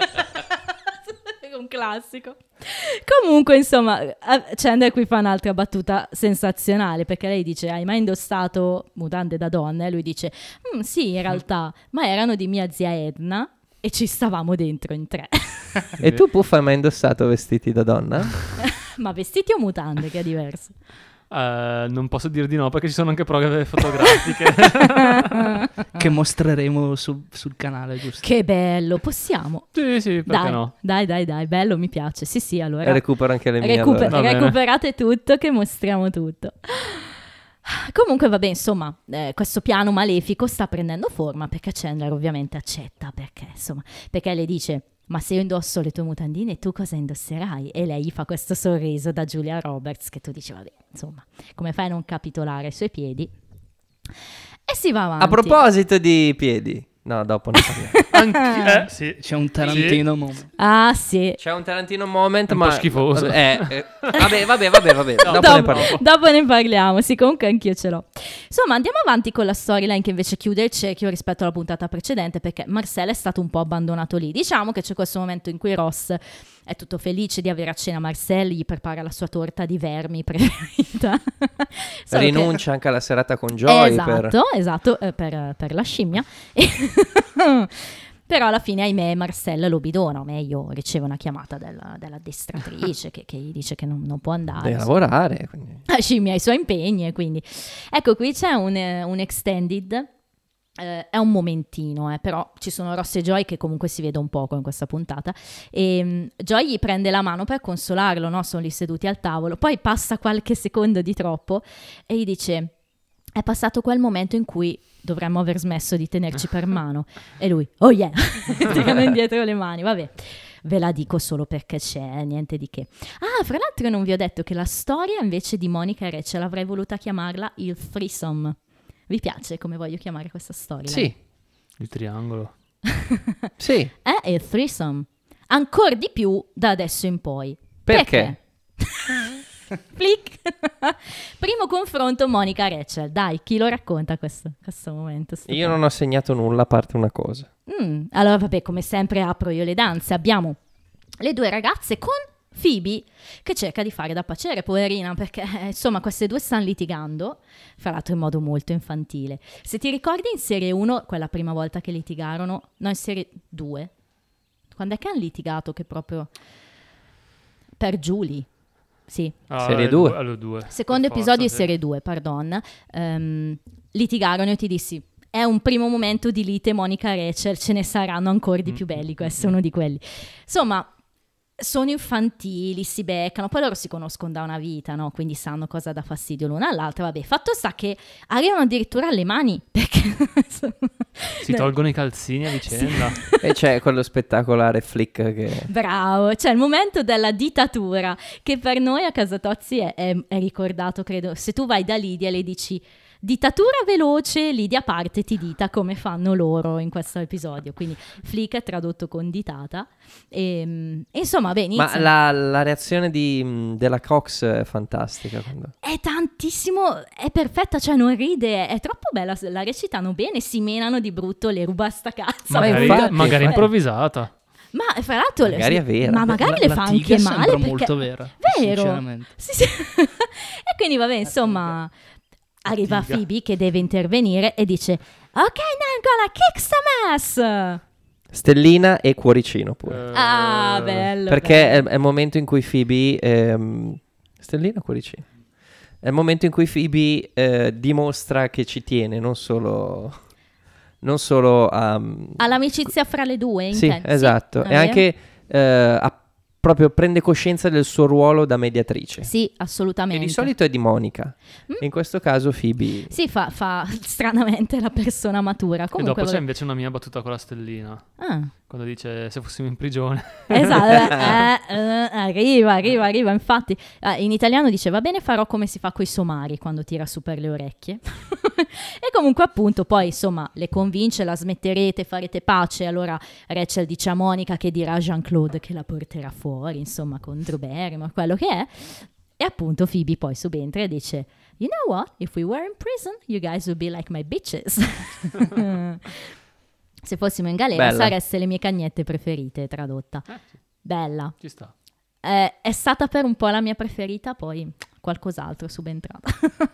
È un classico. Comunque, insomma, Chandler qui fa un'altra battuta sensazionale perché lei dice: hai mai indossato mutande da donna? E lui dice: sì, in realtà, ma erano di mia zia Edna e ci stavamo dentro in 3. E tu, Puff, hai mai indossato vestiti da donna? Ma vestiti o mutande, che è diverso. Non posso dire di no perché ci sono anche prove fotografiche. Che mostreremo sul canale, giusto? Che bello, possiamo. Sì, perché Dai, no? dai, bello, mi piace. Sì, allora. E recupero anche le mie. allora. Va bene. Recuperate tutto che mostriamo tutto. Comunque vabbè, insomma, questo piano malefico sta prendendo forma perché Chandler ovviamente accetta perché le dice: ma se io indosso le tue mutandine tu cosa indosserai? E lei gli fa questo sorriso da Julia Roberts che tu dici vabbè, insomma, come fai a non capitolare ai suoi piedi? E E si va avanti. A proposito di piedi. No, dopo ne parliamo. Sì. C'è un Tarantino moment. Ah, sì. C'è un Tarantino moment, Un ma... po' schifoso. Vabbè. Dopo ne parliamo. Dopo ne parliamo, sì, comunque anch'io ce l'ho. Insomma, andiamo avanti con la storyline che invece chiude il cerchio rispetto alla puntata precedente, perché Marcel è stato un po' abbandonato lì. Diciamo che c'è questo momento in cui Ross è tutto felice di avere a cena Marcel, gli prepara la sua torta di vermi preferita. Solo che- Rinuncia anche alla serata con Joy Esatto, per la scimmia. Però alla fine, ahimè, Marcel lo bidona, o meglio, riceve una chiamata dell'addestratrice che gli dice che non può andare. Deve lavorare. Quindi. La scimmia ha i suoi impegni, e quindi... Ecco, qui c'è un extended, è un momentino, però ci sono Ross e Joy che comunque si vede un poco in questa puntata, e Joy gli prende la mano per consolarlo, no? Sono lì seduti al tavolo, poi passa qualche secondo di troppo e gli dice: è passato quel momento in cui dovremmo aver smesso di tenerci per mano. E lui, oh yeah, tirano indietro le mani, vabbè. Ve la dico solo perché c'è, niente di che. Ah, fra l'altro non vi ho detto che la storia invece di Monica e Rachel avrei voluta chiamarla il threesome. Vi piace come voglio chiamare questa storia? Sì, Il triangolo. sì. È il threesome. Ancora di più da adesso in poi. Perché? Flick. Primo confronto Monica-Rachel. Dai, chi lo racconta questo momento? Io non ho segnato nulla a parte una cosa. Allora, vabbè, come sempre apro io le danze. Abbiamo le due ragazze con Phoebe che cerca di fare da paciere, poverina, perché insomma queste due stanno litigando, fra l'altro in modo molto infantile. Se ti ricordi in serie 1, quella prima volta che litigarono, no, in serie 2, quando è che hanno litigato che proprio per Julie? Sì. Serie 2. Allora, 2. Secondo Per forza, episodio di sì. serie 2, pardon. Litigarono e ti dissi: è un primo momento di lite Monica e Rachel, ce ne saranno ancora di più belli, questo è uno di quelli. Insomma, sono infantili, si beccano, poi loro si conoscono da una vita, no? Quindi sanno cosa dà fastidio l'una all'altra. Vabbè, fatto sta che arrivano addirittura alle mani, perché Si tolgono i calzini a vicenda. E c'è quello spettacolare flick che... Bravo, c'è il momento della ditatura che per noi a Casa Tozzi è ricordato, credo. Se tu vai da Lidia e le dici ditatura veloce, Lidia parte ti dita come fanno loro in questo episodio. Quindi flick è tradotto con ditata. E, insomma, beh, Ma inizia. la reazione della Cox è fantastica. È tantissimo, è perfetta, cioè non ride, è troppo bella, la recitano bene, si menano di brutto, le ruba sta cazzo. Magari, infatti, magari improvvisata. Ma fra l'altro Magari è vera. ma magari le La fa tigre anche male sembra perché... molto vera, Vero? sinceramente. Sì. E quindi vabbè, insomma, arriva tiga. Phoebe che deve intervenire e dice: ok, now I'm gonna kick some ass. Stellina e cuoricino pure. Ah, bello. Perché bello. è il momento in cui Phoebe... Stellina o cuoricino? È il momento in cui Phoebe dimostra che ci tiene, non solo a... All'amicizia fra le due, Sì, intendi? esatto. È E vero? anche proprio prende coscienza del suo ruolo da mediatrice. Sì, E assolutamente. di solito è di Monica. In questo caso Phoebe... Sì, fa stranamente la persona matura. E Comunque, dopo c'è vabbè. invece una mia battuta con la stellina. Ah, Quando dice se fossimo in prigione. esatto, arriva, infatti. In italiano dice: va bene, farò come si fa coi somari quando tira su per le orecchie. E comunque appunto poi insomma le convince, la smetterete, farete pace. Allora Rachel dice a Monica che dirà a Jean-Claude che la porterà fuori, insomma, con Drew Barrymore, quello che è. E appunto Phoebe poi subentra e dice: you know what, if we were in prison you guys would be like my bitches. Se fossimo in galera Bella. sareste le mie cagnette preferite, tradotta. Sì, Bella. ci sta. È stata per un po' la mia preferita, poi qualcos'altro è subentrata.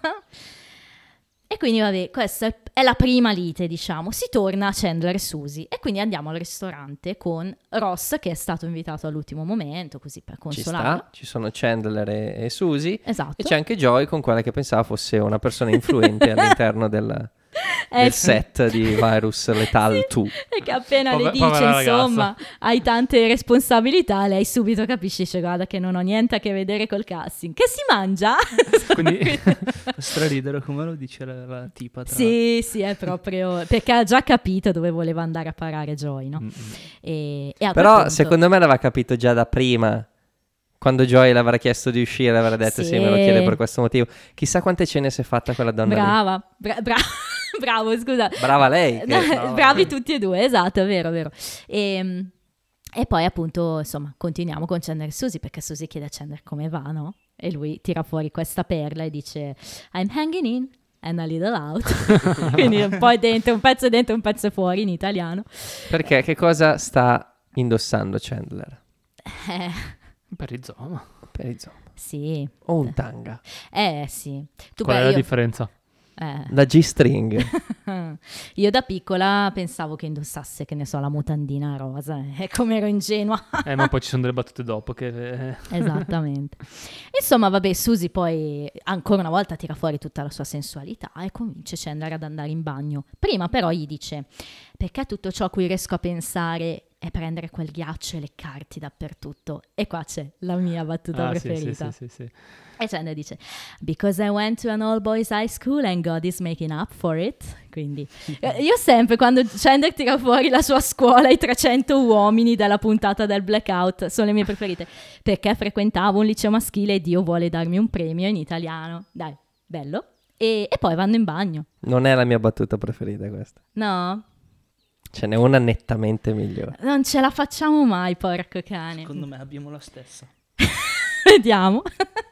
E quindi vabbè, questa è la prima lite, diciamo. Si torna a Chandler e Susie e quindi andiamo al ristorante con Ross che è stato invitato all'ultimo momento, così per Ci consolarlo. sta, ci sono Chandler e Susie. Esatto. E c'è anche Joy con quella che pensava fosse una persona influente all'interno del set di Virus Lethal 2. E che appena le dice, Povera ragazza. insomma, hai tante responsabilità, lei subito capisce, dice, guarda che non ho niente a che vedere col casting. Che si mangia? Quindi Fa straridere come lo dice la tipa. Tra Sì, è proprio... Perché ha già capito dove voleva andare a parare Joy, no? E a quel Però punto- secondo me l'aveva capito già da prima. Quando Joy le avrà chiesto di uscire, le avrà detto sì, me lo chiede per questo motivo. Chissà quante cene si è fatta quella donna lì. Brava, Bravo, scusa. Brava lei. Bravi tutti e due, esatto, è vero, vero. E poi appunto, insomma, continuiamo con Chandler e Susie, perché Susie chiede a Chandler come va, no? E lui tira fuori questa perla e dice I'm hanging in and a little out. Quindi un po' dentro, un pezzo dentro, un pezzo fuori in italiano. Perché che cosa sta indossando Chandler? Per rizoma. Per i zombie. Sì. O un tanga. Sì. Tu Qual è la differenza? La G-string. Io da piccola pensavo che indossasse, che ne so, la mutandina rosa, e come ero ingenua. Ma poi ci sono delle battute dopo che... Esattamente. Insomma, vabbè, Susie poi ancora una volta tira fuori tutta la sua sensualità e convince Chandler ad andare in bagno. Prima però gli dice, perché tutto ciò a cui riesco a pensare è prendere quel ghiaccio e leccarti dappertutto. E qua c'è la mia battuta preferita. Sì. E Chandler dice, because I went to an all boys high school and God is making up for it. Quindi io sempre, quando Chandler tira fuori la sua scuola, i 300 uomini della puntata del Blackout, sono le mie preferite, perché frequentavo un liceo maschile e Dio vuole darmi un premio in italiano. Dai, bello. E poi vanno in bagno. Non è la mia battuta preferita questa. No? Ce n'è una nettamente migliore. Non ce la facciamo mai, porco cane. Secondo me abbiamo la stessa. Vediamo.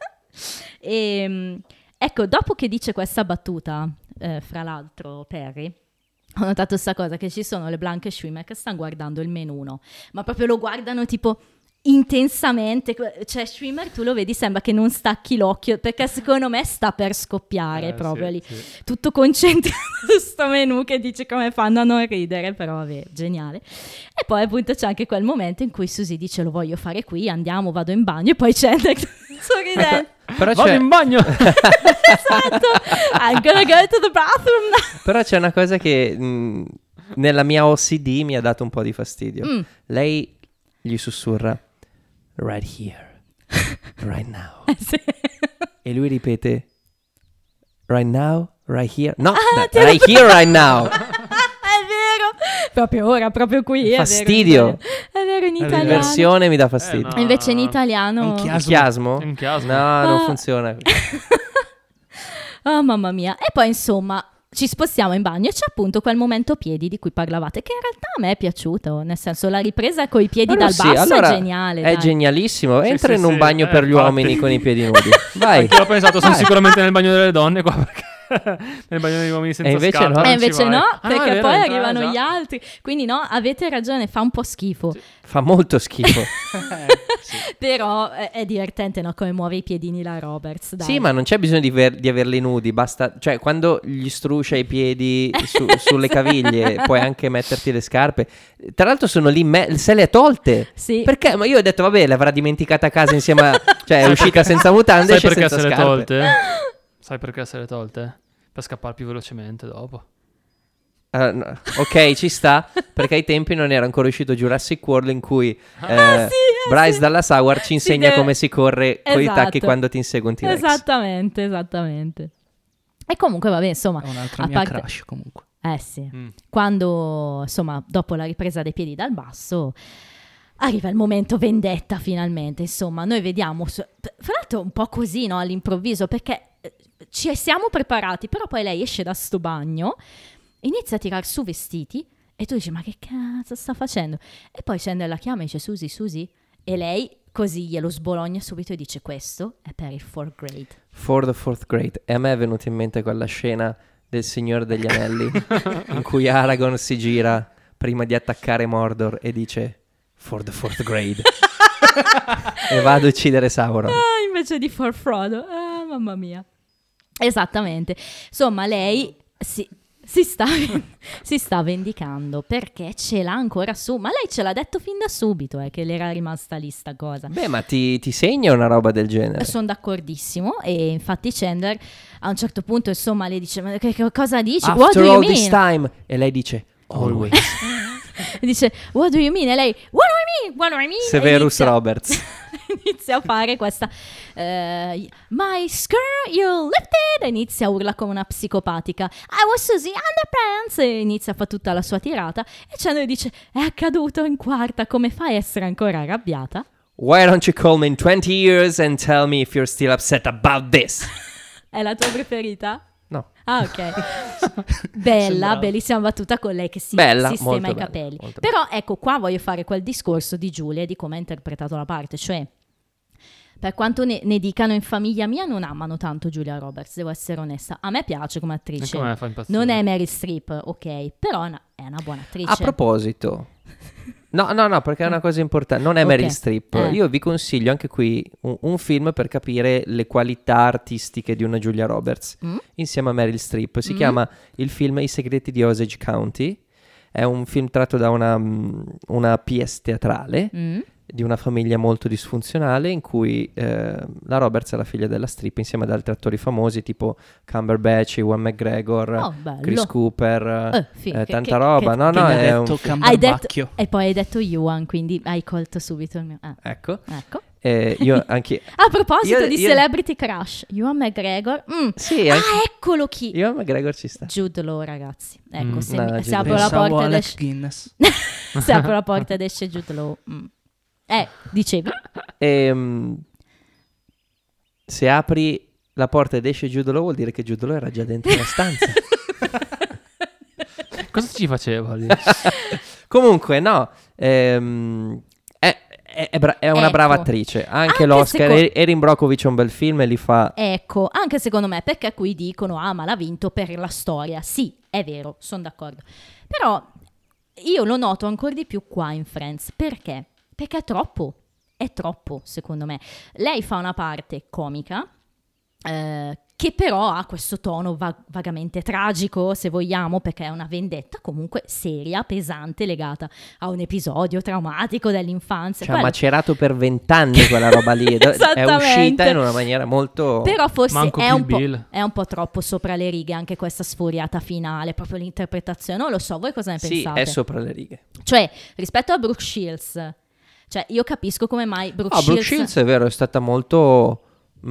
Ecco, dopo che dice questa battuta, fra l'altro Perry, ho notato questa cosa, che ci sono le Blanche e Schwimmer che stanno guardando il menù, no? Ma proprio lo guardano tipo intensamente, cioè Schwimmer tu lo vedi, sembra che non stacchi l'occhio, perché secondo me sta per scoppiare proprio lì, tutto concentrato su sto menù, che dice come fanno a non ridere, però vabbè, geniale. E poi appunto c'è anche quel momento in cui Susie dice lo voglio fare qui, andiamo, vado in bagno, e poi Chandler sorridente. Però Vado in bagno! Esatto, I'm gonna go to the bathroom now. Però c'è una cosa che nella mia OCD mi ha dato un po' di fastidio. Lei gli sussurra right here, right now. Sì. E lui ripete right now, right here. No, right here, right now. È vero, proprio ora, proprio qui. Fastidio. È vero, in italiano. L'inversione mi dà fastidio. no. Invece in italiano... Un Chiasmo? È un chiasmo. No, non funziona. Oh mamma mia. E poi insomma ci spostiamo in bagno e c'è appunto quel momento piedi di cui parlavate, che in realtà a me è piaciuto, nel senso la ripresa coi piedi dal basso allora è geniale. È dai. genialissimo. Sì, Entra sì, in un sì. bagno per gli Infatti. uomini con i piedi nudi. Vai. Anche io ho pensato, sono sicuramente nel bagno delle donne qua, perché nel bagno degli uomini senza E invece scarpe no. non E invece ci vai. no, Ah, perché è vero, poi entra, arrivano già. gli altri. Quindi no, avete ragione, fa un po' schifo. Fa molto schifo. Però è divertente, no? Come muove i piedini la Roberts. Dai. Sì, ma non c'è bisogno di averli nudi, basta, cioè quando gli struscia i piedi sulle caviglie puoi anche metterti le scarpe. Tra l'altro sono lì, se le ha tolte. Sì. Perché? Ma io ho detto, vabbè, le avrà dimenticate a casa insieme a... Cioè, è uscita senza mutande, Sai esce perché senza se le scarpe. tolte? Sai perché se le tolte? Per scappare più velocemente dopo. No. Ok, ci sta, perché ai tempi non era ancora uscito Jurassic World in cui Bryce sì. Dallas Howard ci insegna come si corre con i Esatto. tacchi quando ti insegue un T-Rex. Esattamente. E comunque vabbè, insomma, È un'altra a mia parte... crush comunque. Sì. Quando, insomma, dopo la ripresa dei piedi dal basso, arriva il momento vendetta finalmente. Insomma, noi vediamo, fra l'altro un po' così, no, all'improvviso, perché ci siamo preparati, però poi lei esce da sto bagno, inizia a tirar su vestiti e tu dici, ma che cazzo sta facendo? E poi Chandler la chiama e dice, Susie, e lei così glielo sbologna subito e dice, questo è per il 4th grade. For the 4th grade. E a me è venuta in mente quella scena del Signore degli Anelli in cui Aragorn si gira prima di attaccare Mordor e dice for the 4th grade e va ad uccidere Sauron. Invece di for Frodo. Mamma mia. Esattamente. Insomma, lei si sta vendicando perché ce l'ha ancora su. Ma lei ce l'ha detto fin da subito che le era rimasta lì sta cosa. Beh, ma ti segna una roba del genere? Sono d'accordissimo. E infatti Chandler a un certo punto, insomma, le dice, ma che cosa dici? What After do you all mean? this time. E lei dice always. Dice, what do you mean? E lei, what do I mean? Severus Roberts. Inizia a fare questa my skirt, you lifted, e inizia a urla come una psicopatica. I was Susie Underpants, e inizia a fare tutta la sua tirata. E Chandler dice, è accaduto in quarta, come fai a essere ancora arrabbiata? Why don't you call me in 20 years and tell me if you're still upset about this? È la tua preferita? No. Ah, ok. Bella, Sembrava. bellissima battuta con lei che si Bella, sistema molto i bella, capelli. molto Però ecco, qua voglio fare quel discorso di Giulia e di come ha interpretato la parte, cioè per quanto ne dicano in famiglia mia non amano tanto Julia Roberts, devo essere onesta. A me piace come attrice. Anche a me fa impazzire. Non è Meryl Streep, ok, però è una buona attrice. A proposito, no, perché è una cosa importante. Non è Ok. Meryl Streep. Eh. Io vi consiglio anche qui un film per capire le qualità artistiche di una Julia Roberts insieme a Meryl Streep. Si chiama il film I segreti di Osage County. È un film tratto da una pièce teatrale Mm. di una famiglia molto disfunzionale in cui la Roberts è la figlia della Streep insieme ad altri attori famosi tipo Cumberbatch, Ewan McGregor, Oh, bello. Chris Cooper, che- tanta che- roba. che- No, Che no, mi ha è un detto film. Hai detto, Cambarbacchio. e poi hai detto Yuan, quindi hai colto subito il mio... Ecco, Ecco. io anche... A proposito Io- di io- Celebrity Crush, Ewan McGregor. Sì, Ah, anche eccolo chi. Ewan McGregor ci sta. Jude Law, ragazzi. Ecco, Mm. se, No, mi- Jude se Law. apro la Pensavo porta ed Alec esce... Guinness. se apro la porta ed esce Jude Law. Dicevi? Se apri la porta ed esce Jude Law vuol dire che Jude Law era già dentro la stanza. Cosa ci faceva lì? Comunque, no, è una Ecco. brava attrice. Anche Anche l'Oscar, secondo- Erin Brockovich è un bel film e li fa... Ecco, anche secondo me, perché qui dicono, ma l'ha vinto per la storia. Sì, è vero, sono d'accordo. Però io lo noto ancora di più qua in Friends. Perché? Perché è troppo, secondo me. Lei fa una parte comica, che però ha questo tono vagamente tragico, se vogliamo, perché è una vendetta comunque seria, pesante, legata a un episodio traumatico dell'infanzia. Cioè, ha Quello- macerato per 20 anni quella roba lì. È Esattamente. uscita in una maniera molto... Però forse Manco è Kill un, Bill. è un po' troppo sopra le righe anche questa sfuriata finale, proprio l'interpretazione. Non lo so, voi cosa ne Sì, pensate? è sopra le righe. Cioè, rispetto a Brooke Shields, cioè io capisco come mai Brooke Brooke Shields è vero, è stata molto...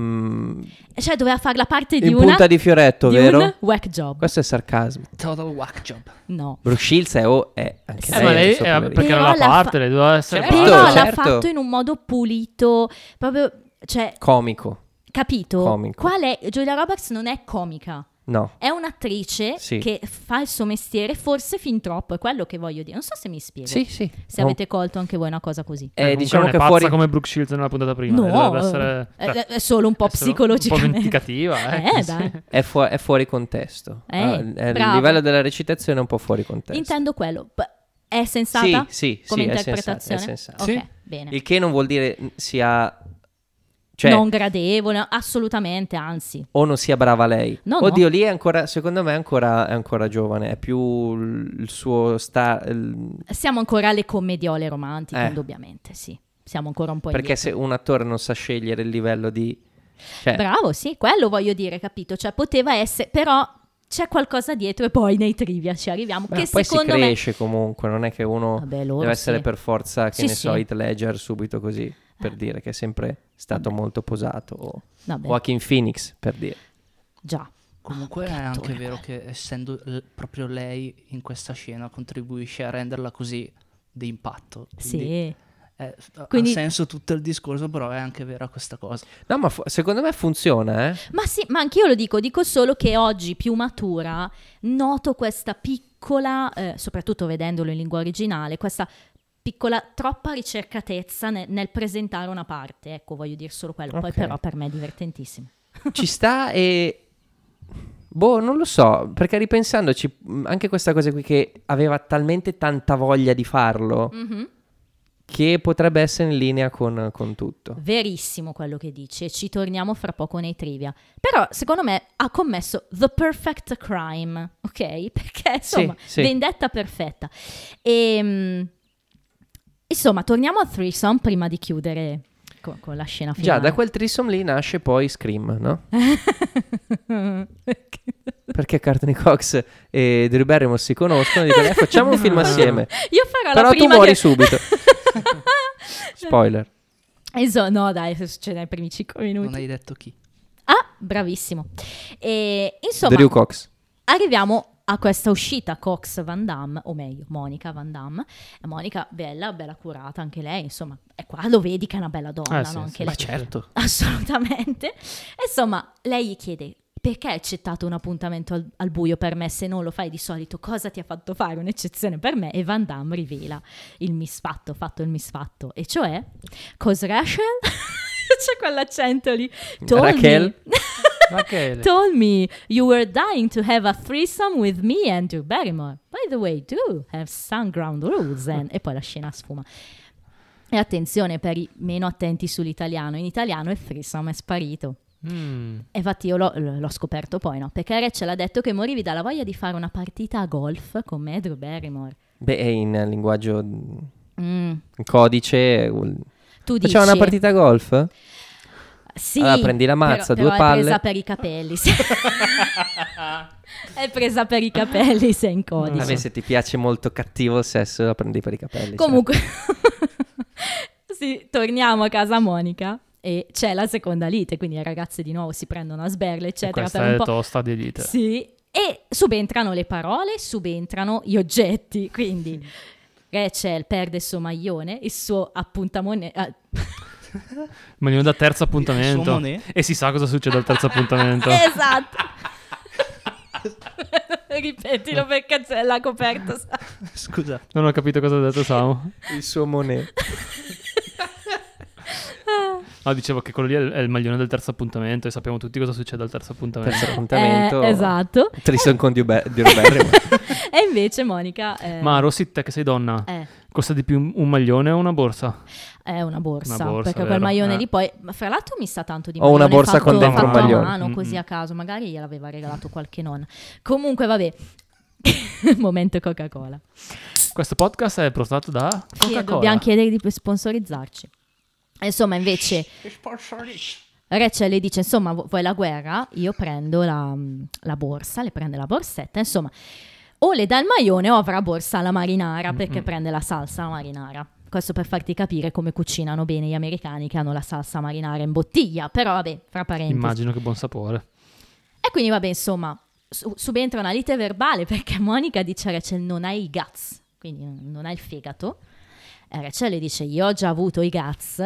cioè doveva fare la parte di in una punta di fioretto, di vero? un whack job. Questo è sarcasmo. Total whack job. No. Brooke Shields è anche Sì. lei. Ma lei sopra le righe. perché Però era la l'ha parte, fa- lei doveva essere Certo, Però parte. l'ha certo. fatto in un modo pulito, proprio, cioè, Comico. capito? Comico. Qual è? Julia Roberts non è comica. No. È un'attrice Sì. che fa il suo mestiere forse fin troppo, è quello che voglio dire. Non so se mi spiego. Sì, sì. Se avete colto anche voi una cosa così. Comunque diciamo non è che pazza fuori... come Brooke Shields nella puntata prima. No, dovrebbe essere, è solo un po' essere psicologicamente. un po' vendicativa. Dai. È fuori contesto. Il bravo. livello della recitazione è un po' fuori contesto. Intendo quello. È sensata? Sì, come sì, è interpretazione? sensato. Ok, Sì. bene. Il che non vuol dire sia... Cioè, Non gradevole, assolutamente, anzi. o non sia brava lei. No, Oddio, no. lì è ancora, secondo me è ancora giovane. È più il suo Siamo ancora alle commediole romantiche, Eh. indubbiamente, sì. Siamo ancora un po' perché se indietro. un attore non sa scegliere il livello di... Cioè, Bravo, sì, quello voglio dire, capito? Cioè, poteva essere, però c'è qualcosa dietro e poi nei trivia ci arriviamo. beh, Che poi secondo si me... cresce comunque, non è che uno Vabbè, loro deve essere sì. per forza, che Sì, ne so, sì. Heath Ledger subito così, per dire che è sempre stato Vabbè. molto posato. O Vabbè, Joaquin Phoenix, per dire. già. Comunque che è anche attore vero quello. che essendo proprio lei in questa scena contribuisce a renderla così di impatto. Quindi Sì. ha senso tutto il discorso, però è anche vera questa cosa. No, ma secondo me funziona, Ma sì, ma anch'io lo dico solo che oggi più matura noto questa piccola, soprattutto vedendolo in lingua originale, questa piccola troppa ricercatezza nel presentare una parte, ecco, voglio dire solo quello, poi Ok. però per me è divertentissimo. Ci sta e... Boh, non lo so, perché ripensandoci, anche questa cosa qui che aveva talmente tanta voglia di farlo, Mhm. che potrebbe essere in linea con tutto. Verissimo quello che dici e ci torniamo fra poco nei trivia. Però secondo me ha commesso the perfect crime, ok? Perché insomma, sì. vendetta perfetta. Insomma, torniamo a Threesome prima di chiudere con la scena finale. Già, da quel threesome lì nasce poi Scream, no? Perché Courtney Cox e Drew Barrymore si conoscono e dicono facciamo un film assieme. Io farò Però la tu prima muori che... subito. Spoiler. No, dai, succede nei primi 5 minuti. Non hai detto chi? Ah, bravissimo. E insomma, Drew Cox. arriviamo a questa uscita Cox Van Damme, o meglio, Monica Van Damme. E Monica, bella curata anche lei, insomma, e qua lo vedi che è una bella donna, Sì, no? sì, Anche ma lei. Certo. Assolutamente. E insomma, lei gli chiede, perché hai accettato un appuntamento al buio per me? Se non lo fai di solito, cosa ti ha fatto fare un'eccezione per me? E Van Damme rivela il misfatto, fatto il misfatto, e cioè, cos Rachel? C'è quell'accento lì. Raquel? Rachele. Told me you were dying to have a threesome with me and Drew Barrymore. By the way, do have some ground rules. E poi la scena sfuma. E attenzione per i meno attenti sull'italiano. In italiano il threesome è sparito. E infatti io l'ho scoperto poi, no? Perché Rachel ha detto che morivi dalla voglia di fare una partita a golf con me e Drew Barrymore. Beh, è in linguaggio in codice. Tu dici... Facciamo una partita a golf? Sì, allora prendi la mazza, però due palle. è presa per i capelli. Sì. È presa per i capelli, se è in codice. Vabbè, se ti piace molto cattivo il sesso, la prendi per i capelli. Comunque, sì, torniamo a casa Monica e c'è la seconda lite, quindi le ragazze di nuovo si prendono a sberle, eccetera. Questa per un è po'. tosta di lite. Sì, e subentrano le parole, subentrano gli oggetti, quindi Rachel perde il suo maglione, il suo appuntamento... Maglione da terzo Il appuntamento. suo Monet? E si sa cosa succede al terzo appuntamento. Esatto. Ripetilo perché c'è la coperta. Scusa. Non ho capito cosa ha detto Samu. Il suo Monet. No, dicevo che quello lì è il maglione del terzo appuntamento e sappiamo tutti cosa succede al terzo appuntamento. Terzo appuntamento. Esatto. Tristan con Drew Barrymore. E invece Monica... Ma Rossi, te che sei donna, è costa di più un maglione o una borsa? una borsa, Una borsa, perché quel vero. maglione lì poi... Ma fra l'altro mi sa tanto di O una maglione borsa con dentro un fatto a maglione. mano, così a caso. Magari gliel'aveva regalato qualche nonna. Comunque, vabbè. Momento Coca-Cola. Questo podcast è portato da Coca-Cola. Dobbiamo chiedere di sponsorizzarci. Insomma, invece... Rachel le dice, insomma, vuoi la guerra? Io prendo la borsa, le prende la borsetta, insomma, o le dà il maglione o avrà borsa alla marinara, perché prende la salsa alla marinara. Questo per farti capire come cucinano bene gli americani che hanno la salsa marinara in bottiglia, però vabbè, fra parentesi. Immagino che buon sapore. E quindi vabbè, insomma, subentra una lite verbale perché Monica dice a Rachel non hai i guts, quindi non hai il fegato. E Rachel le dice io ho già avuto i guts,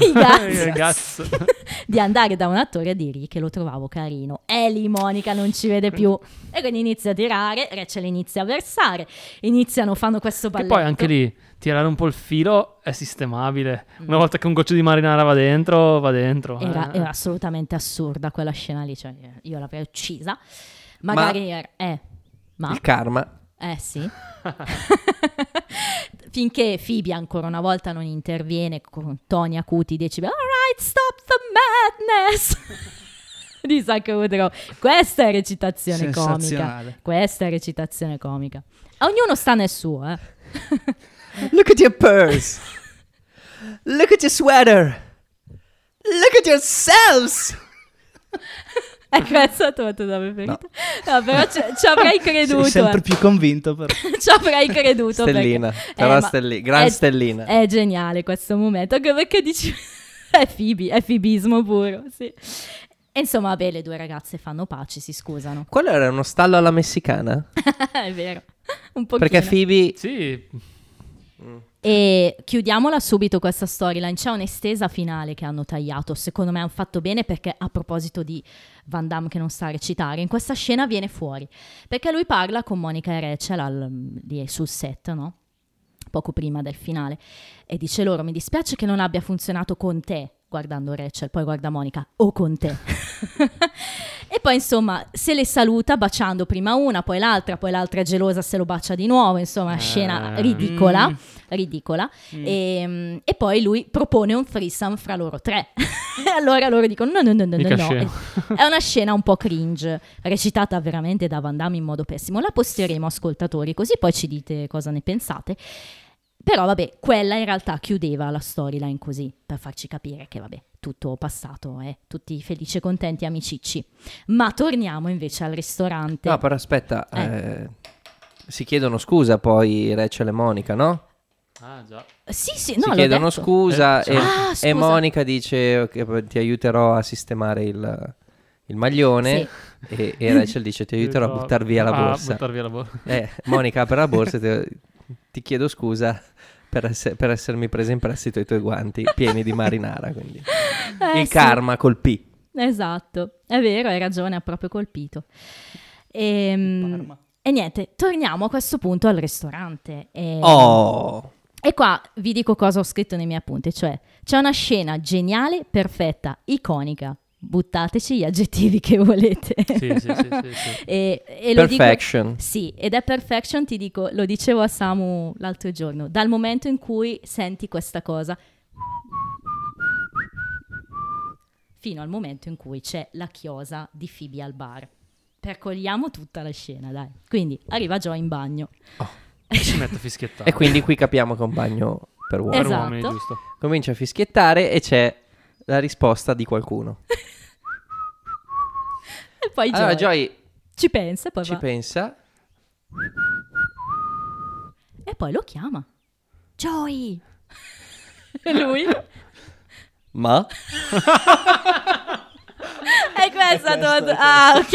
di andare da un attore e dirgli che lo trovavo carino. E lì Monica non ci vede più e quindi inizia a tirare, Rachel inizia a versare, fanno questo Che balletto. poi anche lì tirare un po' il filo è sistemabile. Una volta che un goccio di marinara va dentro, va dentro. Era assolutamente assurda quella scena lì, cioè io l'avrei uccisa. Magari ma Il karma. Sì. Finché Phoebe ancora una volta non interviene con toni acuti decimi alright, stop the madness di Zac Woodrow. Questa è recitazione comica. Sensazionale. Questa è recitazione comica. Ognuno sta nel suo, Look at your purse. Look at your sweater. Look at yourselves. Ecco, è stato la tua preferita. No, però ci avrei creduto. Sei sempre più convinto però. Ci avrei creduto. Stellina. Perché, Però ma gran stellina. È geniale questo momento, anche perché dici è Phoebe, è fibismo puro, sì. E insomma, vabbè, le due ragazze fanno pace, si scusano. Quello era uno stallo alla messicana? È vero, un pochino. Perché Phoebe... Sì. E chiudiamola subito questa storyline. C'è un'estesa finale che hanno tagliato. Secondo me hanno fatto bene perché, a proposito di Van Damme che non sa recitare, in questa scena viene fuori perché lui parla con Monica e Rachel lì sul set, no? Poco prima del finale, e dice loro mi dispiace che non abbia funzionato con te, guardando Rachel, poi guarda Monica, o con te. E poi insomma se le saluta baciando prima una, poi l'altra è gelosa, se lo bacia di nuovo, insomma scena ridicola. E poi lui propone un threesome fra loro tre. E allora loro dicono no. È una scena un po' cringe, recitata veramente da Van Damme in modo pessimo. La posteremo, ascoltatori, così poi ci dite cosa ne pensate. Però vabbè, quella in realtà chiudeva la storyline così, per farci capire che vabbè, tutto passato, tutti felici e contenti, amicicci. Ma torniamo invece al ristorante. No, però aspetta, si chiedono scusa poi Rachel e Monica, no? Ah, già. Sì, Si no, l'ho chiedono detto. scusa e scusa. Monica dice che ti aiuterò a sistemare il maglione e Rachel dice ti aiuterò a buttar via la borsa. Buttar via la borsa. Monica apre la borsa e ti chiedo scusa per essermi presa in prestito i tuoi guanti pieni di marinara, quindi il karma colpì. Esatto, è vero, hai ragione, ha proprio colpito. Parma. E niente, torniamo a questo punto al ristorante. Oh, E qua vi dico cosa ho scritto nei miei appunti, cioè c'è una scena geniale, perfetta, iconica. Buttateci gli aggettivi che volete. Sì. E lo dico, perfection. sì, ed è perfection, ti dico, lo dicevo a Samu l'altro giorno, dal momento in cui senti questa cosa fino al momento in cui c'è la chiosa di Phoebe al bar. Percorriamo tutta la scena, dai. Quindi arriva Joy in bagno. E si mette a fischiettare. E quindi qui capiamo che è un bagno per uomini. Per Esatto. uomini, giusto? Comincia a fischiettare e c'è la risposta di qualcuno. E poi Allora Joy Joy ci pensa e poi ci va. pensa. E poi lo chiama. Joy! E lui? Ma? E questa tutto. Ah, ok.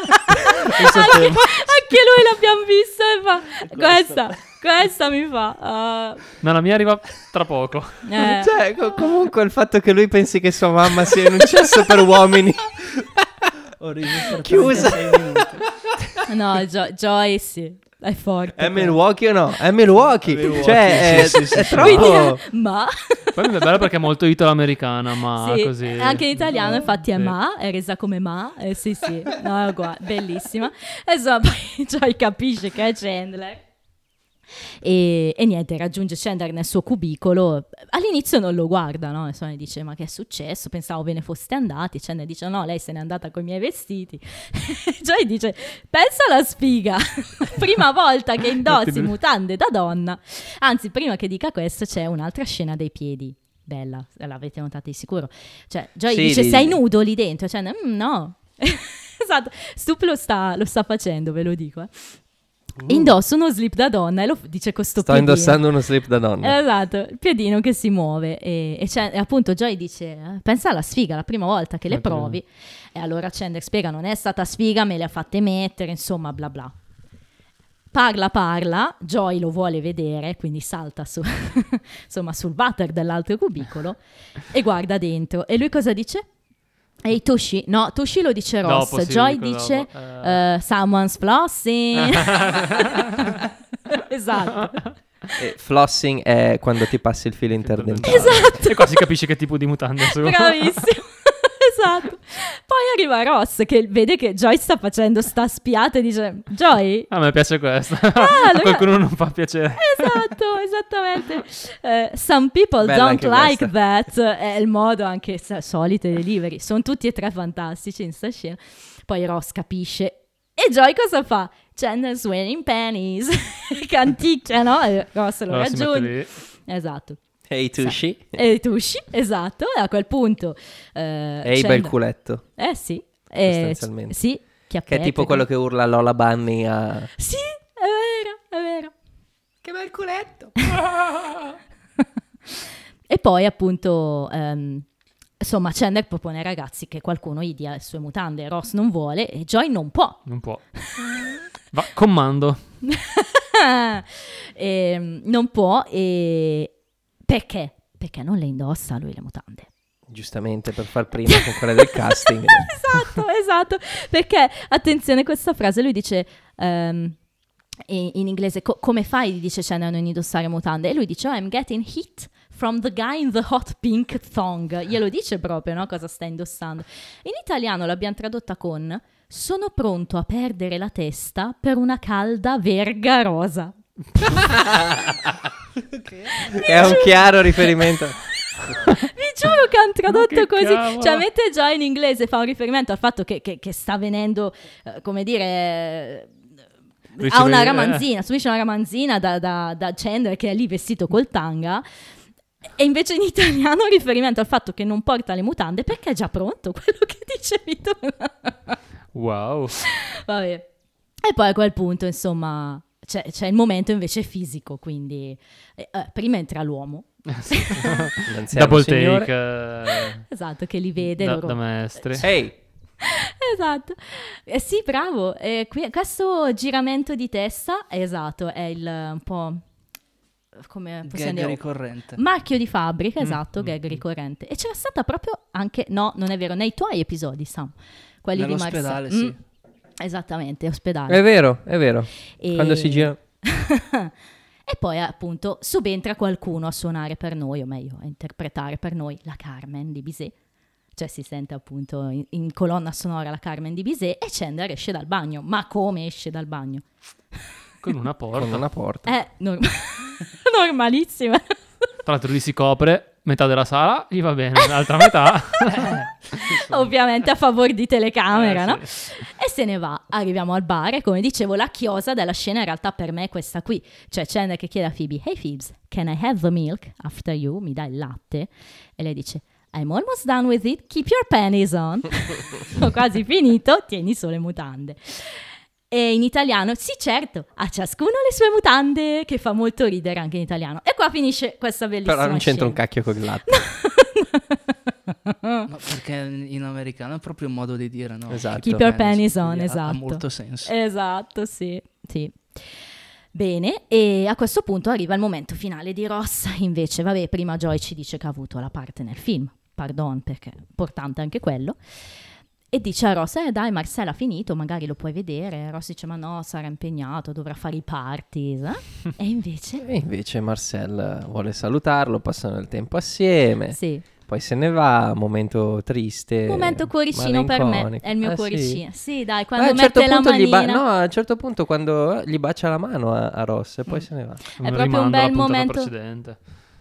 Anche lui l'abbiamo visto e fa. Questa mi fa. No, la mia arriva tra poco. Cioè, comunque il fatto che lui pensi che sua mamma sia in un cesso per uomini. Ho riso per Chiusa. 36 minuti. No, Joy sì, è forte. È Milwaukee o no? È Milwaukee. Milwaukee, Cioè, sì, è sì. troppo. Ma Poi è bello perché è molto italo-americana, ma sì, così. anche in italiano infatti è Sì. ma, è resa come ma, sì, no, è uguale, bellissima. E insomma poi Joy capisce che è Chandler. E niente, raggiunge Chandler nel suo cubicolo. All'inizio non lo guarda, no? Insomma, dice: ma che è successo? Pensavo ve ne foste andati. Chandler dice: no, lei se n'è andata con i miei vestiti. Joy dice: pensa alla sfiga, prima volta che indossi mutande da donna. Anzi, prima che dica questo c'è un'altra scena dei piedi. Bella, l'avete notata di sicuro. Cioè Joy Sì, dice: lì- sei nudo lì dentro? Chandler: no. Esatto, Stup lo sta facendo, ve lo dico. Indossa uno slip da donna e lo dice con sto Sto piedino. indossando uno slip da donna. Esatto, il piedino che si muove e appunto Joy dice: pensa alla sfiga, la prima volta che le provi. E allora Chandler spiega: non è stata sfiga, me le ha fatte mettere, insomma bla bla. Parla, Joy lo vuole vedere, quindi salta su, insomma, sul water dell'altro cubicolo e guarda dentro. E lui cosa dice? Ehi Tushi? No, Tushi lo dice Ross. Dopo, sì, Joy dico dice dopo. someone's flossing. Esatto. E flossing è quando ti passi il filo interdentale. Esatto. E qua si capisce che tipo di mutande sono. Bravissimo. Esatto. Poi arriva Ross che vede che Joy sta facendo sta spiata e dice: Joy? A me piace questa. allora- A qualcuno non fa piacere. Esatto, esattamente. Some people Bella don't anche like questa. that. È il modo anche solito dei delivery. Sono tutti e tre fantastici in sta scena. Poi Ross capisce. E Joy cosa fa? Chandler's wearing panties. Canticchia, no? E Ross lo Allora si mette raggiunge. lì. Esatto. Ehi Tushi. E Tushi, esatto. E a quel punto... Ehi bel culetto. Sì. Sostanzialmente. Sì, Che è tipo quello che urla Lola Bunny a... Sì, è vero. Che bel culetto. E poi appunto, insomma, Chandler propone ai ragazzi che qualcuno gli dia le sue mutande. Ross non vuole e Joy non può. Non può. Va, comando. Non può e... Perché? Perché non le indossa lui le mutande. Giustamente per far prima con quella del casting. Esatto, perché attenzione questa frase, lui dice in inglese come fai, gli dice Chandler, a non indossare mutande, e lui dice: oh, I'm getting hit from the guy in the hot pink thong. Glielo dice proprio, no, cosa sta indossando. In italiano l'abbiamo tradotta con: sono pronto a perdere la testa per una calda verga rosa. È un chiaro riferimento. Vi giuro che hanno tradotto che così. cavolo. Cioè, mentre già in inglese fa un riferimento al fatto che sta venendo, come dire, ha una ramanzina, subisce una ramanzina da Chandler che è lì vestito col tanga. E invece in italiano un riferimento al fatto che non porta le mutande perché è già pronto, quello che dicevi tu. Wow. Vabbè. E poi a quel punto, insomma, c'è il momento invece fisico, quindi prima entra l'uomo. L'anziano Double signore. take. Esatto, che li vede loro. Da maestri. Ehi. Esatto. Sì, bravo. Questo giramento di testa, esatto, è un po'... come possiamo Gag dire, ricorrente. marchio di fabbrica, esatto, gag ricorrente. E c'era stata proprio anche, no, non è vero, nei tuoi episodi, Sam, quelli di Nell'ospedale, Marcel. sì. Esattamente, ospedale. È vero, E- quando si gira. E poi appunto subentra qualcuno a suonare per noi, o meglio, a interpretare per noi la Carmen di Bizet. Cioè si sente appunto in colonna sonora la Carmen di Bizet e Chandler esce dal bagno. Ma come esce dal bagno? Con una porta. Con una porta. È normalissima. Tra l'altro lui si copre, metà della sala gli va bene, l'altra metà... Ovviamente a favore di telecamera, no? sì. E se ne va. Arriviamo al bar e come dicevo la chiosa della scena in realtà per me è questa qui. Cioè Chandler che chiede a Phoebe: "Hey Phoebes, can I have the milk after you?" Mi dai il latte? E lei dice: "I'm almost done with it, keep your panties on." Ho quasi finito, tieni solo le mutande. E in italiano, sì certo, a ciascuno le sue mutande, che fa molto ridere anche in italiano. E qua finisce questa bellissima Però non c'entra un scena. cacchio con il latte. Ma perché in americano è proprio un modo di dire, no? Esatto. Keep your panties on, Quindi esatto. Ha molto senso. Esatto, sì, sì. Bene, e a questo punto arriva il momento finale di Ross. Invece, vabbè, prima Joy ci dice che ha avuto la parte nel film. Pardon, perché è importante anche quello. E dice a Ross: dai, Marcel ha finito, magari lo puoi vedere. Ross dice: ma no, sarà impegnato, dovrà fare i parties. E invece... E invece Marcel vuole salutarlo, passano il tempo assieme. Sì, Poi se ne va, momento triste. momento cuoricino per me, malinconico. è il mio Sì. cuoricino. Sì, dai, Ma quando a un certo mette la punto manina... no, a un certo punto quando gli bacia la mano a Ross e poi se ne va. Un proprio un rimando bel alla puntata momento. precedente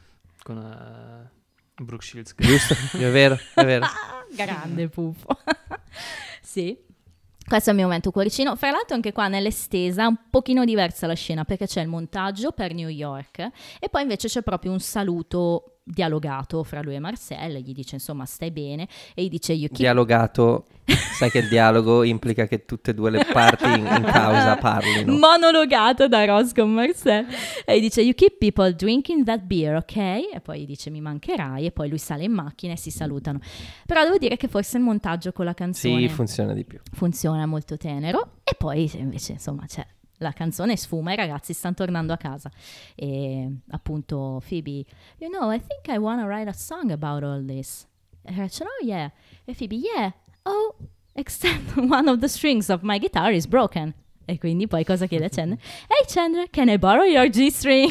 con Brooke Shields. Giusto? È vero, è vero. Grande pufo. Sì. Questo è il mio momento cuoricino. Fra l'altro anche qua nell'estesa è un pochino diversa la scena perché c'è il montaggio per New York e poi invece c'è proprio un saluto dialogato fra lui e Marcel. Gli dice insomma stai bene e gli dice you keep... Dialogato, sai che il dialogo implica che tutte e due le parti in causa parlino. monologato da Ross con Marcel e gli dice you keep people drinking that beer, ok? E poi gli dice mi mancherai e poi lui sale in macchina e si salutano. Però devo dire che forse il montaggio con la canzone Sì, funziona di più. funziona molto tenero e poi invece insomma c'è la canzone sfuma, i ragazzi stanno tornando a casa e appunto Phoebe, you know, I think I wanna write a song about all this. E dice, oh yeah. E Phoebe, yeah, oh, except one of the strings of my guitar is broken. E quindi poi cosa chiede Chandler? Hey Chandler, can I borrow your G-string?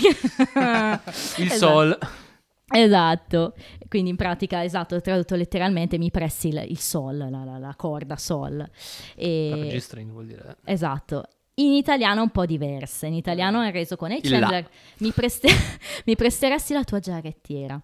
Il Esatto. sol. Esatto, quindi in pratica, esatto, tradotto letteralmente mi presti il sol, la corda sol. E... G-string vuol dire... Esatto. In italiano è un po' diversa. In italiano è reso con: hey Il la. Chandler, mi presteresti la tua giarrettiera.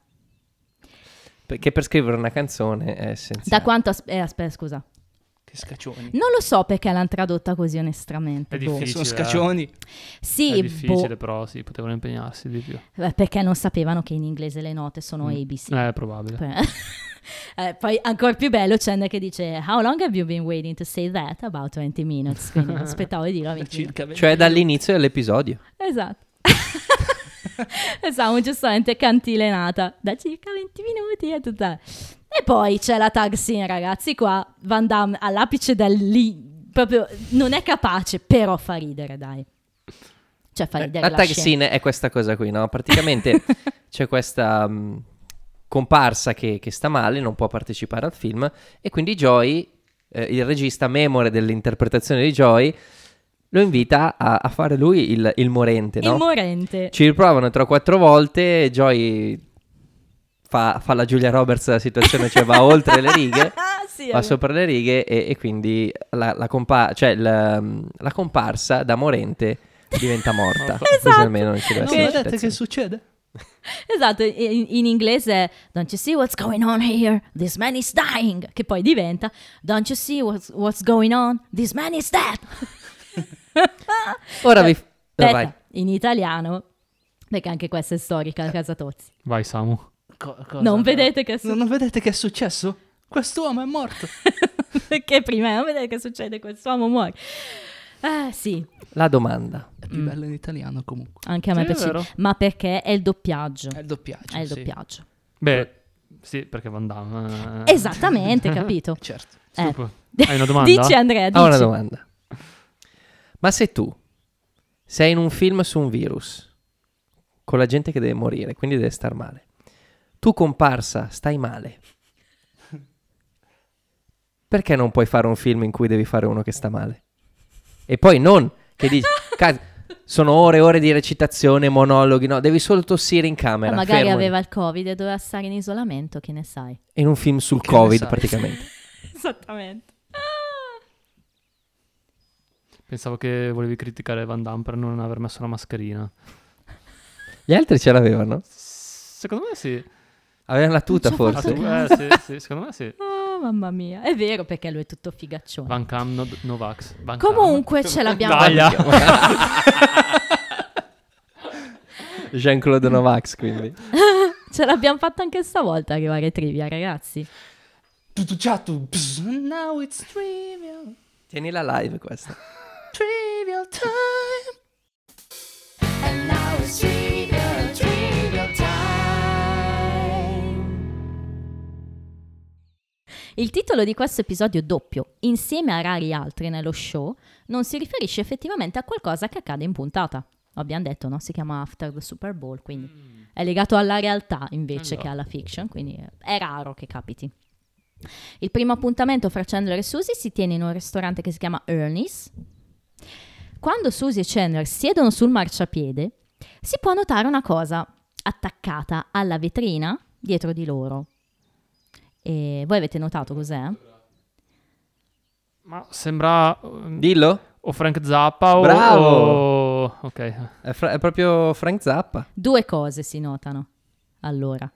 Perché per scrivere una canzone è essenziale. Da quanto... aspetta, scusa. Che scaccioni. Non lo so perché l'hanno tradotta così onestamente. È boh. Che difficile. sono scaccioni. Sì, È difficile, boh, però sì, potevano impegnarsi di più. perché non sapevano che in inglese le note sono ABC. È probabile. Poi ancora più bello Chandler che dice how long have you been waiting to say that? About 20 minutes. Quindi aspettavo di dirlo a 20 minuti. Circa 20 Cioè dall'inizio dell'episodio. Esatto. Esatto, giustamente cantilenata da circa 20 minuti e tutta. E poi c'è la tag scene, ragazzi. Qua Van Damme all'apice del lì, proprio non è capace, però fa ridere, dai. Cioè fa ridere La la tag scena. scene è questa cosa qui, no? Praticamente c'è questa comparsa che sta male, non può partecipare al film e quindi Joy, il regista memore dell'interpretazione di Joy, lo invita a fare lui il morente, no? Il morente. Ci riprovano 3 o 4 volte, Joy fa la Julia Roberts della situazione, cioè va oltre le righe, Sì, va sopra le righe e quindi la comparsa da morente diventa morta. Così Esatto. almeno non ci deve Non essere vedete che citazione. succede? Esatto, in inglese don't you see what's going on here? This man is dying. Che poi diventa don't you see what's going on? This man is dead. Ora vi... Aspetta, vai. in italiano, perché anche questa è storica, la Casa Tozzi. Vai Samu. Cosa? Non vedete che Non vedete che è successo? Quest'uomo è morto. perché prima non vedete che succede, quest'uomo muore. Sì, La domanda. È più bello in italiano comunque. anche a me Sì, è piace, vero. ma perché è il doppiaggio. È il doppiaggio. È il sì. doppiaggio. Beh, sì, perché Van Damme... Esattamente, capito? Certo. Super. Hai una domanda? Dici Andrea, dici. Ho una domanda. Ma se tu sei in un film su un virus, con la gente che deve morire, quindi deve star male. Tu comparsa, stai male. Perché non puoi fare un film in cui devi fare uno che sta male? E poi non che dici, sono ore e ore di recitazione, monologhi, no, devi solo tossire in camera. Magari fermo. aveva il Covid e doveva stare in isolamento, che ne sai? In un film sul Che ne Covid sai? praticamente. Esattamente. Pensavo che volevi criticare Van Damme per non aver messo la mascherina. Gli altri ce l'avevano? Secondo me sì. Avevano la tuta Non ci ha forse? fatto Sì, secondo me sì. Oh, mamma mia, è vero perché lui è tutto figaccione. Van Cam, no vax. Van Cam. Comunque ce l'abbiamo. Taglia. Jean-Claude Novax, quindi. Ce l'abbiamo fatta anche stavolta arrivare trivia, ragazzi. Now it's trivial. Tienila live questa. Trivial time. And now it's trivial time. Il titolo di questo episodio doppio, insieme a rari altri nello show, non si riferisce effettivamente a qualcosa che accade in puntata. Abbiamo detto, no? Si chiama After the Super Bowl, quindi è legato alla realtà invece che alla fiction, quindi è raro che capiti. Il primo appuntamento fra Chandler e Susie si tiene in un ristorante che si chiama Ernie's. Quando Susie e Chandler siedono sul marciapiede, si può notare una cosa attaccata alla vetrina dietro di loro. E voi avete notato cos'è? Ma sembra Dillo. o Frank Zappa o... Bravo! Ok. È proprio Frank Zappa. Due cose si notano. Allora,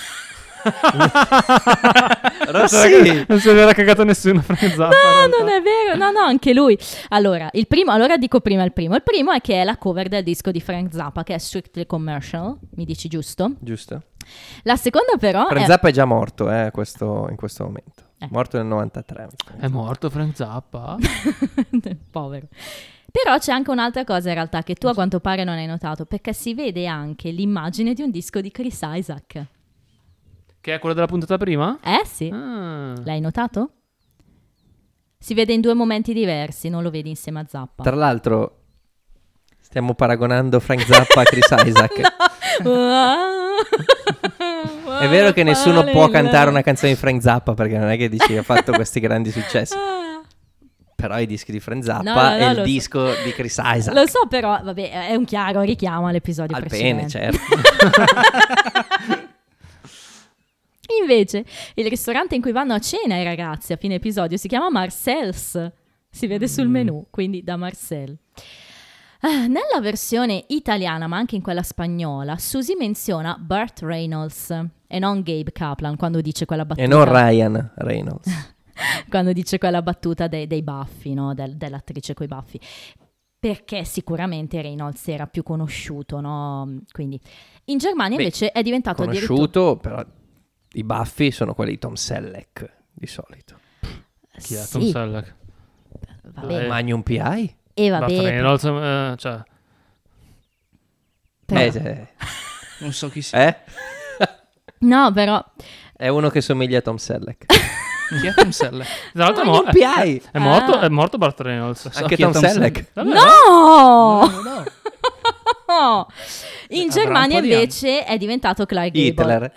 Rossi! Non se n'era cagato nessuno Frank Zappa. no, non è vero, no, anche lui. Allora, dico prima il primo. Il primo è che è la cover del disco di Frank Zappa, che è Strictly Commercial, mi dici giusto? Giusto. La seconda però Frank Zappa è già morto in questo momento. Morto nel 93. È morto Frank Zappa? Povero. Però c'è anche un'altra cosa in realtà che tu a quanto pare non hai notato, perché si vede anche l'immagine di un disco di Chris Isaak. Che è quello della puntata prima? Sì. Ah. L'hai notato? Si vede in due momenti diversi, non lo vedi insieme a Zappa. Tra l'altro, stiamo paragonando Frank Zappa a Chris Isaac. È vero che nessuno può cantare una canzone di Frank Zappa perché non è che dici ha fatto questi grandi successi. Però i dischi di Frank Zappa No, e il lo disco di Chris Isaac. Lo so, però, vabbè, è un chiaro richiamo all'episodio Al precedente. pene, certo. Invece, il ristorante in cui vanno a cena i ragazzi a fine episodio si chiama Marcel's. Si vede sul menu, quindi da Marcel. Nella versione italiana, ma anche in quella spagnola, Susie menziona Burt Reynolds e non Gabe Kaplan quando dice quella battuta. E non Ryan Reynolds. Quando dice quella battuta dei baffi, no? Dell'attrice coi baffi. Perché sicuramente Reynolds era più conosciuto, no? Quindi in Germania invece è diventato conosciuto, però i baffi sono quelli di Tom Selleck, di solito. Chi è? Sì, Tom Selleck? vabbè. Magnum P.I.? E Buff vabbè, Reynolds, cioè... però- Non so chi sia. no, però È uno che somiglia a Tom Selleck. Chi è Tom Selleck? Tra l'altro Magnum P.I. è morto Burt Reynolds. Anche chi è Tom Tom Selleck. Vabbè. no! No. In Avrà Germania un po' di invece è diventato Clark Gable. Hitler.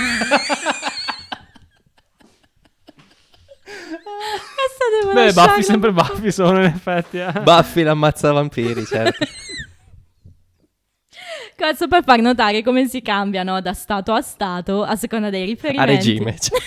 Beh, Buffy sempre Buffy sono in effetti. Buffy l'ammazza vampiri, certo. Questo per far notare come si cambia, no? Da stato a stato a seconda dei A riferimenti. regime. cioè.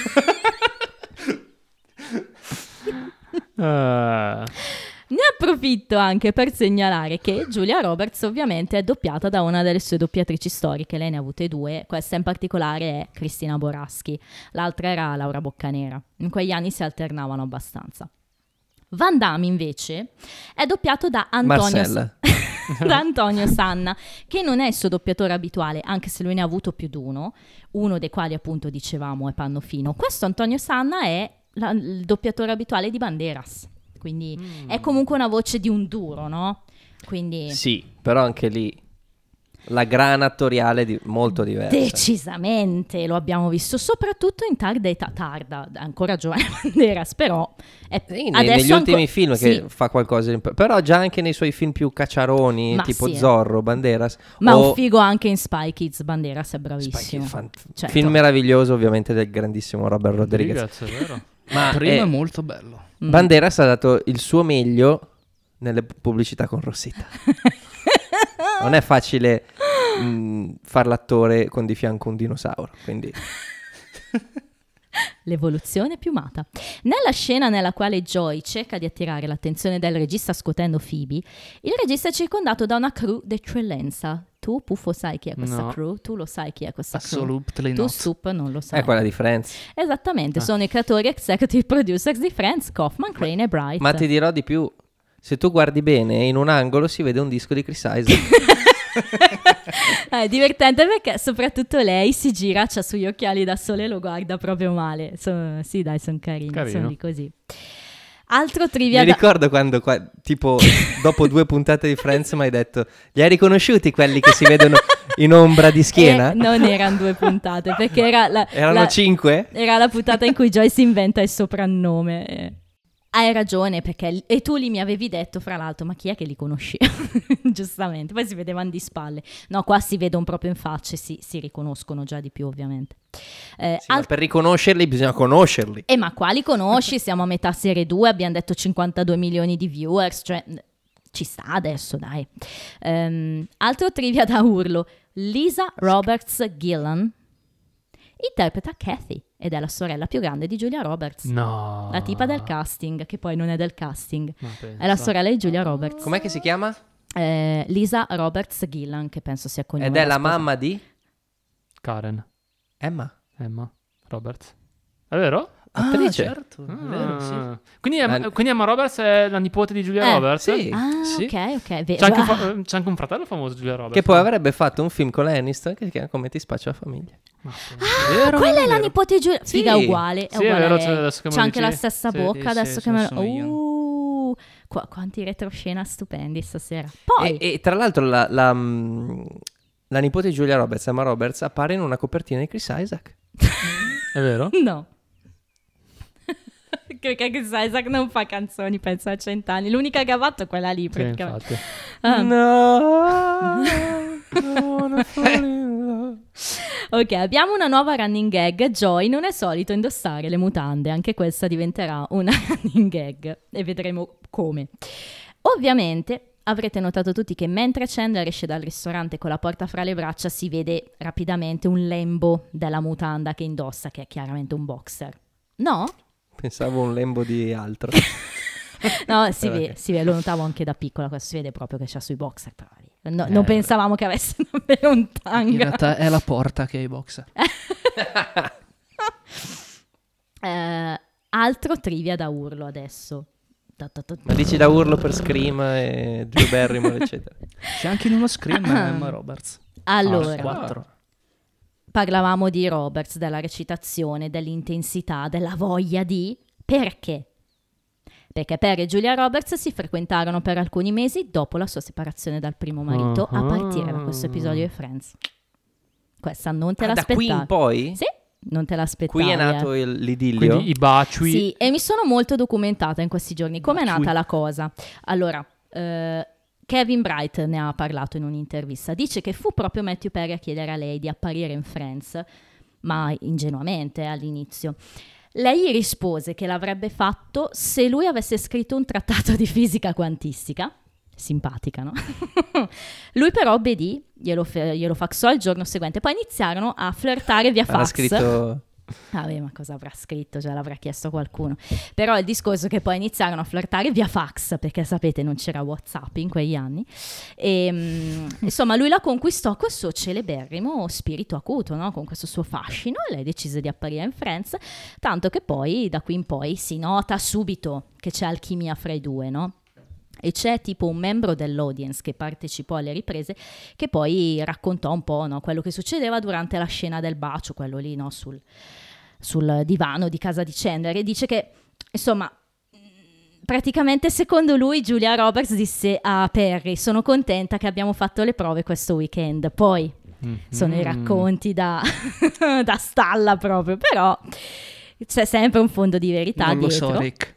Ne approfitto anche per segnalare che Julia Roberts ovviamente è doppiata da una delle sue doppiatrici storiche, lei ne ha avute due, questa in particolare è Cristina Boraschi, l'altra era Laura Boccanera, in quegli anni si alternavano abbastanza. Van Damme invece è doppiato da Marcella. da Antonio Sanna, che non è il suo doppiatore abituale, anche se lui ne ha avuto più di uno dei quali appunto dicevamo è Pannofino. Questo Antonio Sanna è il doppiatore abituale di Banderas. Quindi è comunque una voce di un duro, no? Quindi Sì, però anche lì La grana attoriale molto diversa. Decisamente, lo abbiamo visto soprattutto in tarda età, ancora giovane Banderas, però Sì, adesso negli ultimi film sì, che fa qualcosa di... Però già anche nei suoi film più cacciaroni, Ma tipo sì, Zorro, Banderas. ma o un figo anche in Spy Kids. Banderas è Spy bravissimo. Kids, Cioè, film meraviglioso ovviamente del grandissimo Robert Rodriguez. Rodriguez, è vero. Ma Primo è molto bello. Banderas ha dato il suo meglio nelle pubblicità con Rossita. Non è facile far l'attore con di fianco un dinosauro, quindi... L'evoluzione piumata. Nella scena nella quale Joy cerca di attirare l'attenzione del regista scuotendo Phoebe, il regista è circondato da una crew d'eccellenza. Tu, Puffo, sai chi è questa No. crew? Tu lo sai chi è questa crew? Absolutely Tu, not. Sup, non lo sai. È quella di Friends. Esattamente, sono i creatori executive producers di Friends, Kaufman, Crane e Bright. Ma ti dirò di più. Se tu guardi bene, in un angolo si vede un disco di Chris Isaac. È divertente perché soprattutto lei si gira, c'ha sugli occhiali da sole e lo guarda proprio male. Sì, dai, sono carini, Carino. sono lì così. Altro trivia Mi da... ricordo quando, tipo, dopo 2 puntate di Friends mi hai detto, li hai riconosciuti quelli che si vedono in ombra di schiena? Non erano 2 puntate, perché Erano 5? era la puntata in cui Joy si inventa il soprannome. Hai ragione, perché e tu lì mi avevi detto, fra l'altro, ma chi è che li conosci? Giustamente, poi si vedevano di spalle. No, qua si vedono proprio in faccia e si riconoscono già di più, ovviamente. Sì, ma per riconoscerli bisogna conoscerli. Ma quali conosci? Siamo a metà serie 2, abbiamo detto 52 milioni di viewers, cioè ci sta adesso, dai. Altro trivia da urlo. Lisa Roberts Gillan interpreta Kathy ed è la sorella più grande di Julia Roberts. No. La tipa del casting, che poi non è del casting. Ma pensa. È la sorella di Julia Roberts. Com'è che si chiama? Lisa Roberts Gillan, che penso sia cognome Ed è la da sposa. mamma di Karen. Emma. Roberts. È vero? Attrice. Certo, è vero, sì. Quindi Emma Roberts è la nipote di Giulia Roberts? Sì. Ah, Sì. ok. C'è anche un fratello famoso, Giulia Roberts. Che poi avrebbe fatto un film con la Aniston che si chiama Come ti spaccio la famiglia. Vero, Quella è la vero. nipote di Giulia. Sì. Figa, è uguale. È Sì, è uguale vero, a c'è lei. adesso che me C'ha lo anche la dici. stessa Sì, bocca adesso sì, che me sono io. quanti retroscena stupendi stasera. Poi E tra l'altro la nipote di Julia Roberts, Emma Roberts, appare in una copertina di Chris Isaac. È vero? no. Perché Chris Isaac non fa canzoni, penso a 100 anni. L'unica che ha fatto è quella lì, Sì, praticamente. infatti. Ah. No, I wanna fall in love. Ok, abbiamo una nuova running gag. Joy non è solito indossare le mutande, anche questa diventerà una running gag e vedremo come. Ovviamente avrete notato tutti che mentre Chandler esce dal ristorante con la porta fra le braccia si vede rapidamente un lembo della mutanda che indossa, che è chiaramente un boxer. No? Pensavo un lembo di altro. No, si vede, Ok. si vede, lo notavo anche da piccola, questo si vede proprio che c'ha sui boxer. Però non pensavamo che avesse davvero un tanga. In realtà è la porta che è i boxer. Altro trivia da urlo adesso. Ma dici da urlo per Scream e Drew Barrymore, eccetera. C'è anche in uno Scream Emma Roberts. Allora, Ah, 4. parlavamo di Roberts, della recitazione, dell'intensità, della voglia di... Perché? Perché Perry e Julia Roberts si frequentarono per alcuni mesi dopo la sua separazione dal primo marito, a partire da questo episodio di Friends. Questa non te Da l'aspettavi. qui in poi? Sì, non te l'aspettavi. Qui è nato l'idillio. Quindi i baci. Sì, e mi sono molto documentata in questi giorni. Com'è nata la cosa? Allora, Kevin Bright ne ha parlato in un'intervista. Dice che fu proprio Matthew Perry a chiedere a lei di apparire in Friends, ma ingenuamente all'inizio. Lei gli rispose che l'avrebbe fatto se lui avesse scritto un trattato di fisica quantistica. Simpatica, no? Lui però obbedì, glielo faxò il giorno seguente. Poi iniziarono a flirtare via Era fax. scritto... Ma cosa avrà scritto? Cioè l'avrà chiesto qualcuno. Però il discorso è che poi iniziarono a flirtare via fax, perché sapete non c'era WhatsApp in quegli anni. E, insomma lui la conquistò col suo celeberrimo spirito acuto, no? Con questo suo fascino, e lei decise di apparire in Friends, tanto che poi da qui in poi si nota subito che c'è alchimia fra i due, no? E c'è tipo un membro dell'audience che partecipò alle riprese che poi raccontò un po', no, quello che succedeva durante la scena del bacio, quello lì, no, sul divano di casa di Chandler, e dice che insomma praticamente secondo lui Julia Roberts disse a Perry: sono contenta che abbiamo fatto le prove questo weekend. Poi sono i racconti da, da stalla proprio, però c'è sempre un fondo di verità Non lo dietro. so, Rick.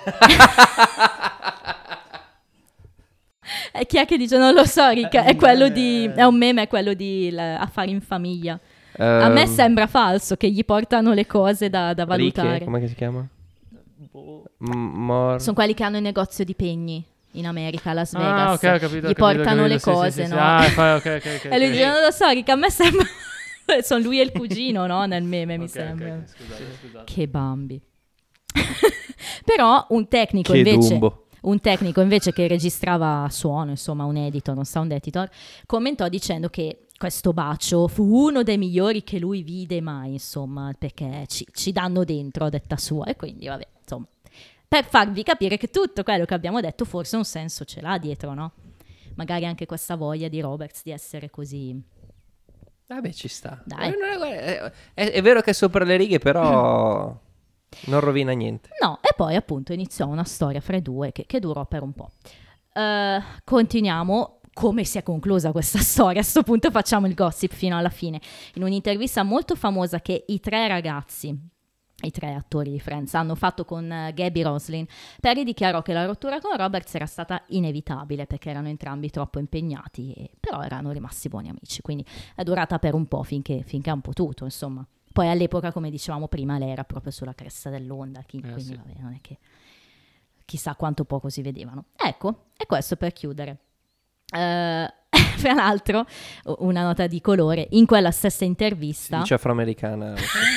E chi è che dice non lo so, Rick? È quello di, è un meme, è quello di Affari in famiglia. A me sembra falso che gli portano le cose da valutare. Come che si chiama? Sono quelli che hanno il negozio di pegni in America, a Las Ah, Vegas. ok, ho capito. Gli portano le sì, cose, sì, sì, no? sì. Ah, ok. E lui dice non lo so, Rick, a me sembra... Sono lui e il cugino, no? Nel meme, mi Ok, sembra. ok, scusate. Che bambi. Però un tecnico Che invece... Dumbo. Un tecnico invece che registrava suono, insomma un editor, un sound editor, commentò dicendo che questo bacio fu uno dei migliori che lui vide mai, insomma, perché ci danno dentro a detta sua. E quindi, vabbè, insomma, per farvi capire che tutto quello che abbiamo detto forse un senso ce l'ha dietro, no? Magari anche questa voglia di Roberts di essere così... Vabbè, ci sta. Dai. È vero che è sopra le righe, però non rovina niente. No, e poi appunto iniziò una storia fra i due che durò per un po'. Continuiamo. Come si è conclusa questa storia? A sto punto facciamo il gossip fino alla fine. In un'intervista molto famosa che i tre ragazzi, i tre attori di Friends, hanno fatto con Gabby Roslin, Perry dichiarò che la rottura con Roberts era stata inevitabile perché erano entrambi troppo impegnati, però erano rimasti buoni amici, quindi è durata per un po' finché hanno potuto, insomma. Poi all'epoca, come dicevamo prima, lei era proprio sulla cresta dell'onda, quindi sì. vabbè, non è che chissà quanto poco si vedevano. Ecco, e questo per chiudere. Fra l'altro, una nota di colore, in quella stessa intervista... Dice afroamericana.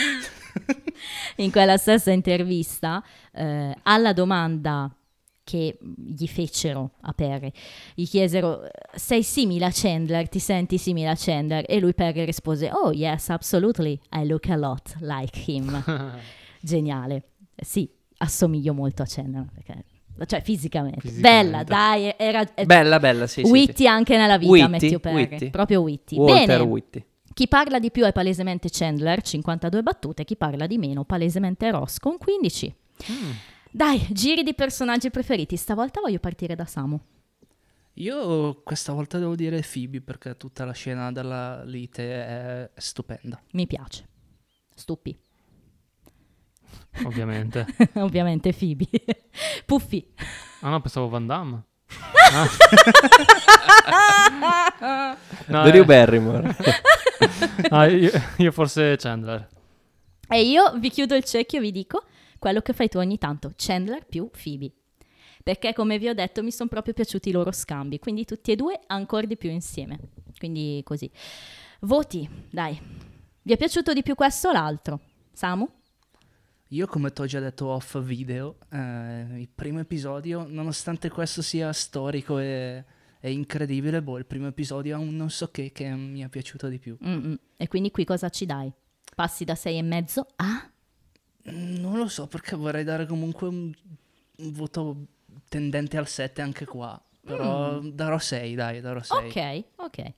In quella stessa intervista, alla domanda che gli fecero a Perry, gli chiesero: sei simile a Chandler, ti senti simile a Chandler? E lui Perry rispose: oh yes, absolutely, I look a lot like him. Geniale. Sì, assomiglio molto a Chandler, perché, cioè fisicamente. Bella, dai, era Bella, sì. witty sì. anche nella vita, Witty, Matthew Perry, witty. proprio witty. Walter Bene. Whitty. Chi parla di più è palesemente Chandler, 52 battute, chi parla di meno palesemente Ross con 15. Dai, giri di personaggi preferiti, stavolta voglio partire da Samu. Io questa volta devo dire Phoebe perché tutta la scena della lite è stupenda. Mi piace. Stupi. Ovviamente. Ovviamente Phoebe. Puffi. Ah no, pensavo Van Damme. No, Drew Barrymore. io forse Chandler. E io vi chiudo il cerchio e vi dico quello che fai tu ogni tanto, Chandler più Phoebe. Perché come vi ho detto mi sono proprio piaciuti i loro scambi, quindi tutti e due ancora di più insieme. Quindi così. Voti, dai. Vi è piaciuto di più questo o l'altro? Samu? Io, come ti ho già detto off video, il primo episodio, nonostante questo sia storico e incredibile, il primo episodio ha un non so che mi è piaciuto di più. E quindi qui cosa ci dai? Passi da 6,5 a? Non lo so, perché vorrei dare comunque un voto tendente al 7 anche qua, però darò 6, dai, darò 6. Ok.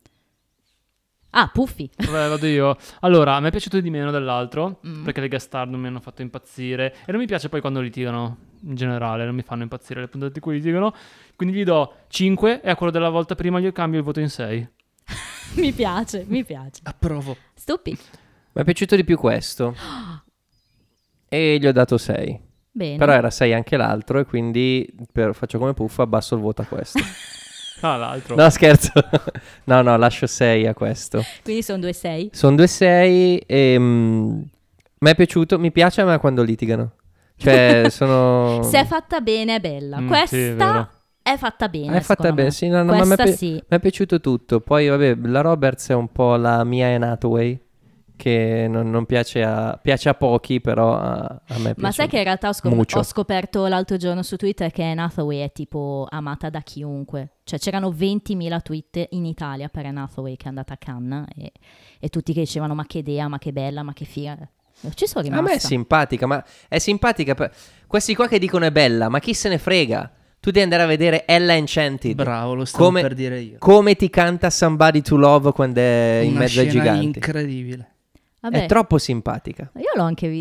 Ah, Puffi. Vabbè, vado io. Allora, a me è piaciuto di meno dell'altro, perché le guest star non mi hanno fatto impazzire. E non mi piace poi quando litigano, in generale, non mi fanno impazzire le puntate in cui litigano. Quindi gli do 5 e a quello della volta prima gli cambio il voto in 6. mi piace. Approvo. Stupi. Mi è piaciuto di più questo. E gli ho dato 6. Bene. Però era 6 anche l'altro e quindi faccio come Puffa, abbasso il voto a questo. Ah, l'altro. No, scherzo. No, lascio 6 a questo. Quindi sono 2,6. Sono 2-6 e mi è piaciuto, mi piace a me quando litigano. Cioè, sono... Se è fatta bene è bella. Sì, è Questa vero. è fatta bene. È fatta secondo bene, me. sì, no, ma Questa sì. mi è piaciuto tutto. Poi, vabbè, la Roberts è un po' la mia Anne Hathaway, che non piace a pochi, però a me piace. Ma sai che in realtà mucho. ho scoperto l'altro giorno su Twitter che Anne Hathaway è tipo amata da chiunque. Cioè c'erano 20.000 tweet in Italia per Anne Hathaway che è andata a Cannes e tutti che dicevano ma che idea, ma che bella, ma che figa. Ci sono rimasta. A me è simpatica, ma è simpatica questi qua che dicono è bella, ma chi se ne frega? Tu devi andare a vedere Ella Enchanted. Bravo, lo stavo per dire io. Come ti canta Somebody to Love quando è in Una mezzo ai scena giganti. incredibile. Vabbè, È troppo simpatica. io l'ho anche vista.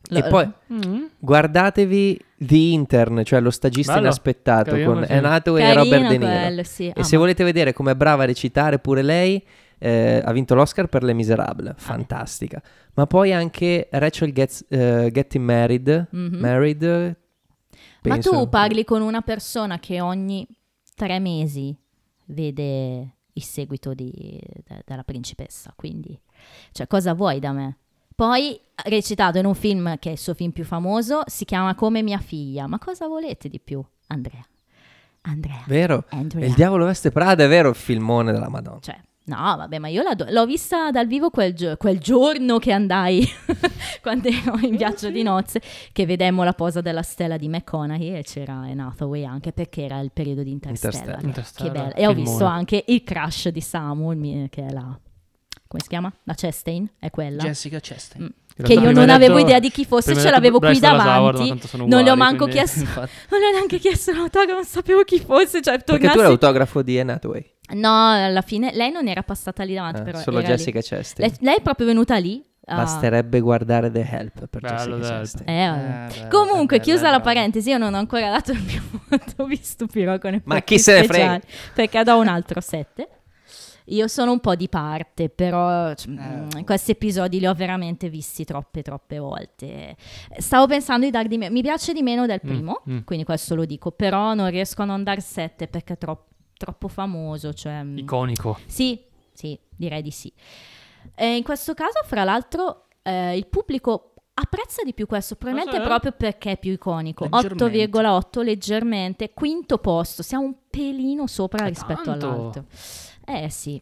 E poi guardatevi The Intern, cioè lo stagista Bello. inaspettato Carino, con sì. Anne Hathaway e Carino Robert De Niro. quello, sì. E se volete vedere com'è brava a recitare pure lei, ha vinto l'Oscar per Les Miserables, fantastica. Ma poi anche Rachel Getting Married, Mhm. Married, Ma penso. tu parli con una persona che ogni 3 mesi vede il seguito della principessa, quindi, cioè, cosa vuoi da me? Poi ha recitato in un film che è il suo film più famoso, si chiama Come mia figlia. Ma cosa volete di più? Andrea. Vero? Andrea. E Il diavolo veste Prada, è vero, il filmone della Madonna. Cioè, no, vabbè, ma io l'ho vista dal vivo quel giorno che andai, quando ero in viaggio di nozze, che vedemmo la posa della stella di McConaughey e c'era Anne Hathaway anche perché era il periodo di Interstellar. Interstellar, Che bello. E ho filmone. visto anche il crush di Samuel, che è la... come si chiama? La Chastain? È quella? Jessica Chastain. Mm. In Che realtà io prima non hai avevo detto- idea di chi fosse, prima ce hai l'avevo detto qui Bryce Dallas Howard, ma davanti. tanto sono Non le ho uguali, manco quindi- chiesto, Infatti. non le ho neanche chiesto l'autografo, non sapevo chi fosse, cioè Perché tu tornassi... l'autografo di Anne Hathaway, No, alla fine lei non era passata lì davanti, però solo era lì. Jessica Chastain. Lei è proprio venuta lì. Basterebbe guardare The Help per Bello, Jessica The Help. Chastain. Vabbè. Bello, Comunque, bello, chiusa la bravo. parentesi, io non ho ancora dato il mio voto, vi stupirò con Ma effetti chi se ne speciali, frega? perché do un altro 7. Io sono un po' di parte, però questi episodi li ho veramente visti troppe volte. Stavo pensando di dar di meno, mi piace di meno del primo, quindi questo lo dico, però non riesco a non dar 7 perché è troppo famoso, cioè... Iconico. Sì, direi di sì. E in questo caso, fra l'altro, il pubblico apprezza di più questo, probabilmente sì? proprio perché è più iconico. Leggermente. 8,8 leggermente, quinto posto, siamo un pelino sopra È rispetto tanto. all'altro. Sì,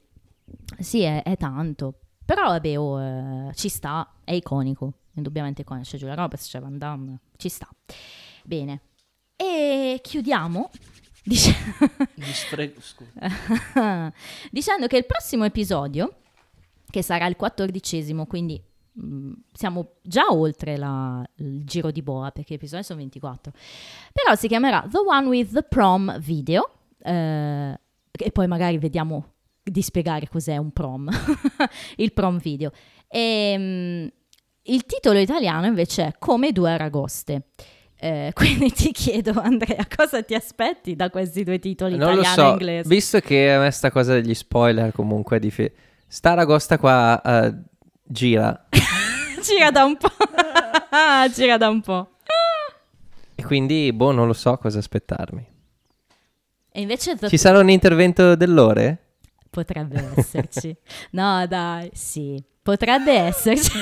è tanto. Però vabbè, ci sta, è iconico, indubbiamente iconico. C'è Giulia Roberts, c'è Van Damme, ci sta. Bene. E chiudiamo dicendo che il prossimo episodio, che sarà il 14esimo, quindi siamo già oltre il giro di boa, perché gli episodi sono 24, però si chiamerà The One with the Prom Video, e poi magari vediamo di spiegare cos'è un prom, il prom video. E, il titolo italiano invece è Come due aragoste. Quindi ti chiedo, Andrea, cosa ti aspetti da questi due titoli, Non lo italiano e so, inglese? visto che a me sta cosa degli spoiler comunque sta Aragosta qua gira Gira da un po'. Gira da un po'. e quindi non lo so cosa aspettarmi. E invece Ci sarà un intervento dell'ore? potrebbe esserci. No, dai, sì, potrebbe esserci.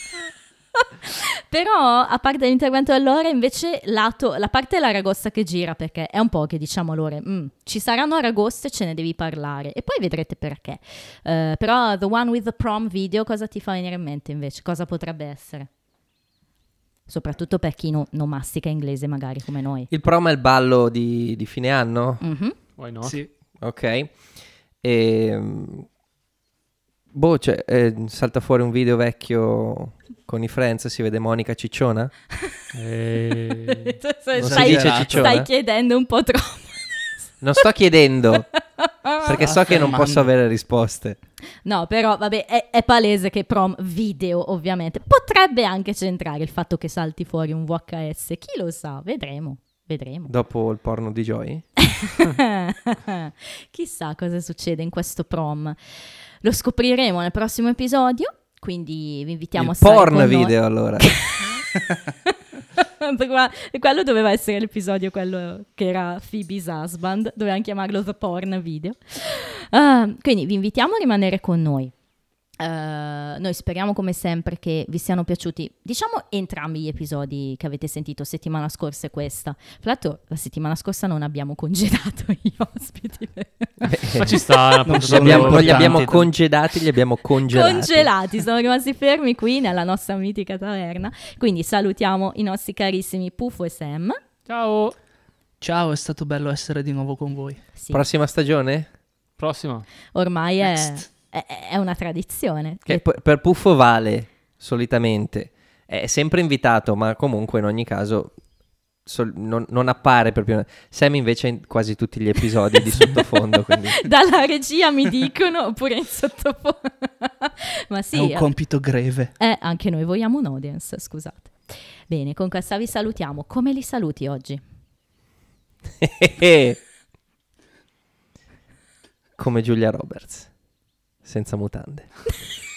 Però, a parte l'intervento dell'ore, invece la parte dell'aragosta che gira, perché è un po' che diciamo l'ore, ci saranno aragoste, ce ne devi parlare, e poi vedrete perché. Però The One with the Prom Video, cosa ti fa venire in mente invece? Cosa potrebbe essere? Soprattutto per chi non mastica inglese magari come noi. Il prom è il ballo di fine anno? Mhm. Why not? Sì. Ok. Salta fuori un video vecchio con i Friends, si vede Monica Cicciona? Stai, Non si dice cicciona? stai chiedendo un po' troppo. Non sto chiedendo, perché so che non affermando. posso avere risposte. No, però vabbè, è palese che prom video, ovviamente. Potrebbe anche centrare il fatto che salti fuori un VHS. Chi lo sa? Vedremo. Dopo il porno di Joy? Chissà cosa succede in questo prom. Lo scopriremo nel prossimo episodio, quindi vi invitiamo Il a stare porn con noi. video allora. Quello doveva essere l'episodio, quello che era Phoebe's Husband, dovevamo chiamarlo The Porn Video. Quindi vi invitiamo a rimanere con noi. Noi speriamo come sempre che vi siano piaciuti, diciamo, entrambi gli episodi che avete sentito settimana scorsa e questa. Fra l'altro la settimana scorsa non abbiamo congedato gli ospiti. Ma ci sta. Non Non sono li abbiamo importanti. congelati, li abbiamo congelati. Congelati, sono rimasti fermi qui nella nostra mitica taverna. Quindi salutiamo i nostri carissimi Puffo e Sam. Ciao. Ciao, è stato bello essere di nuovo con voi. Sì, Prossima stagione? Prossima. ormai Next. è una tradizione. Che per Puffo vale, solitamente. È sempre invitato, ma comunque in ogni caso non appare proprio. Sam invece in quasi tutti gli episodi di sottofondo. Quindi. Dalla regia mi dicono, oppure in sottofondo. Ma È sì, un compito greve. anche noi vogliamo un audience, scusate. Bene, con questa vi salutiamo. Come li saluti oggi? Come Giulia Roberts, senza mutande.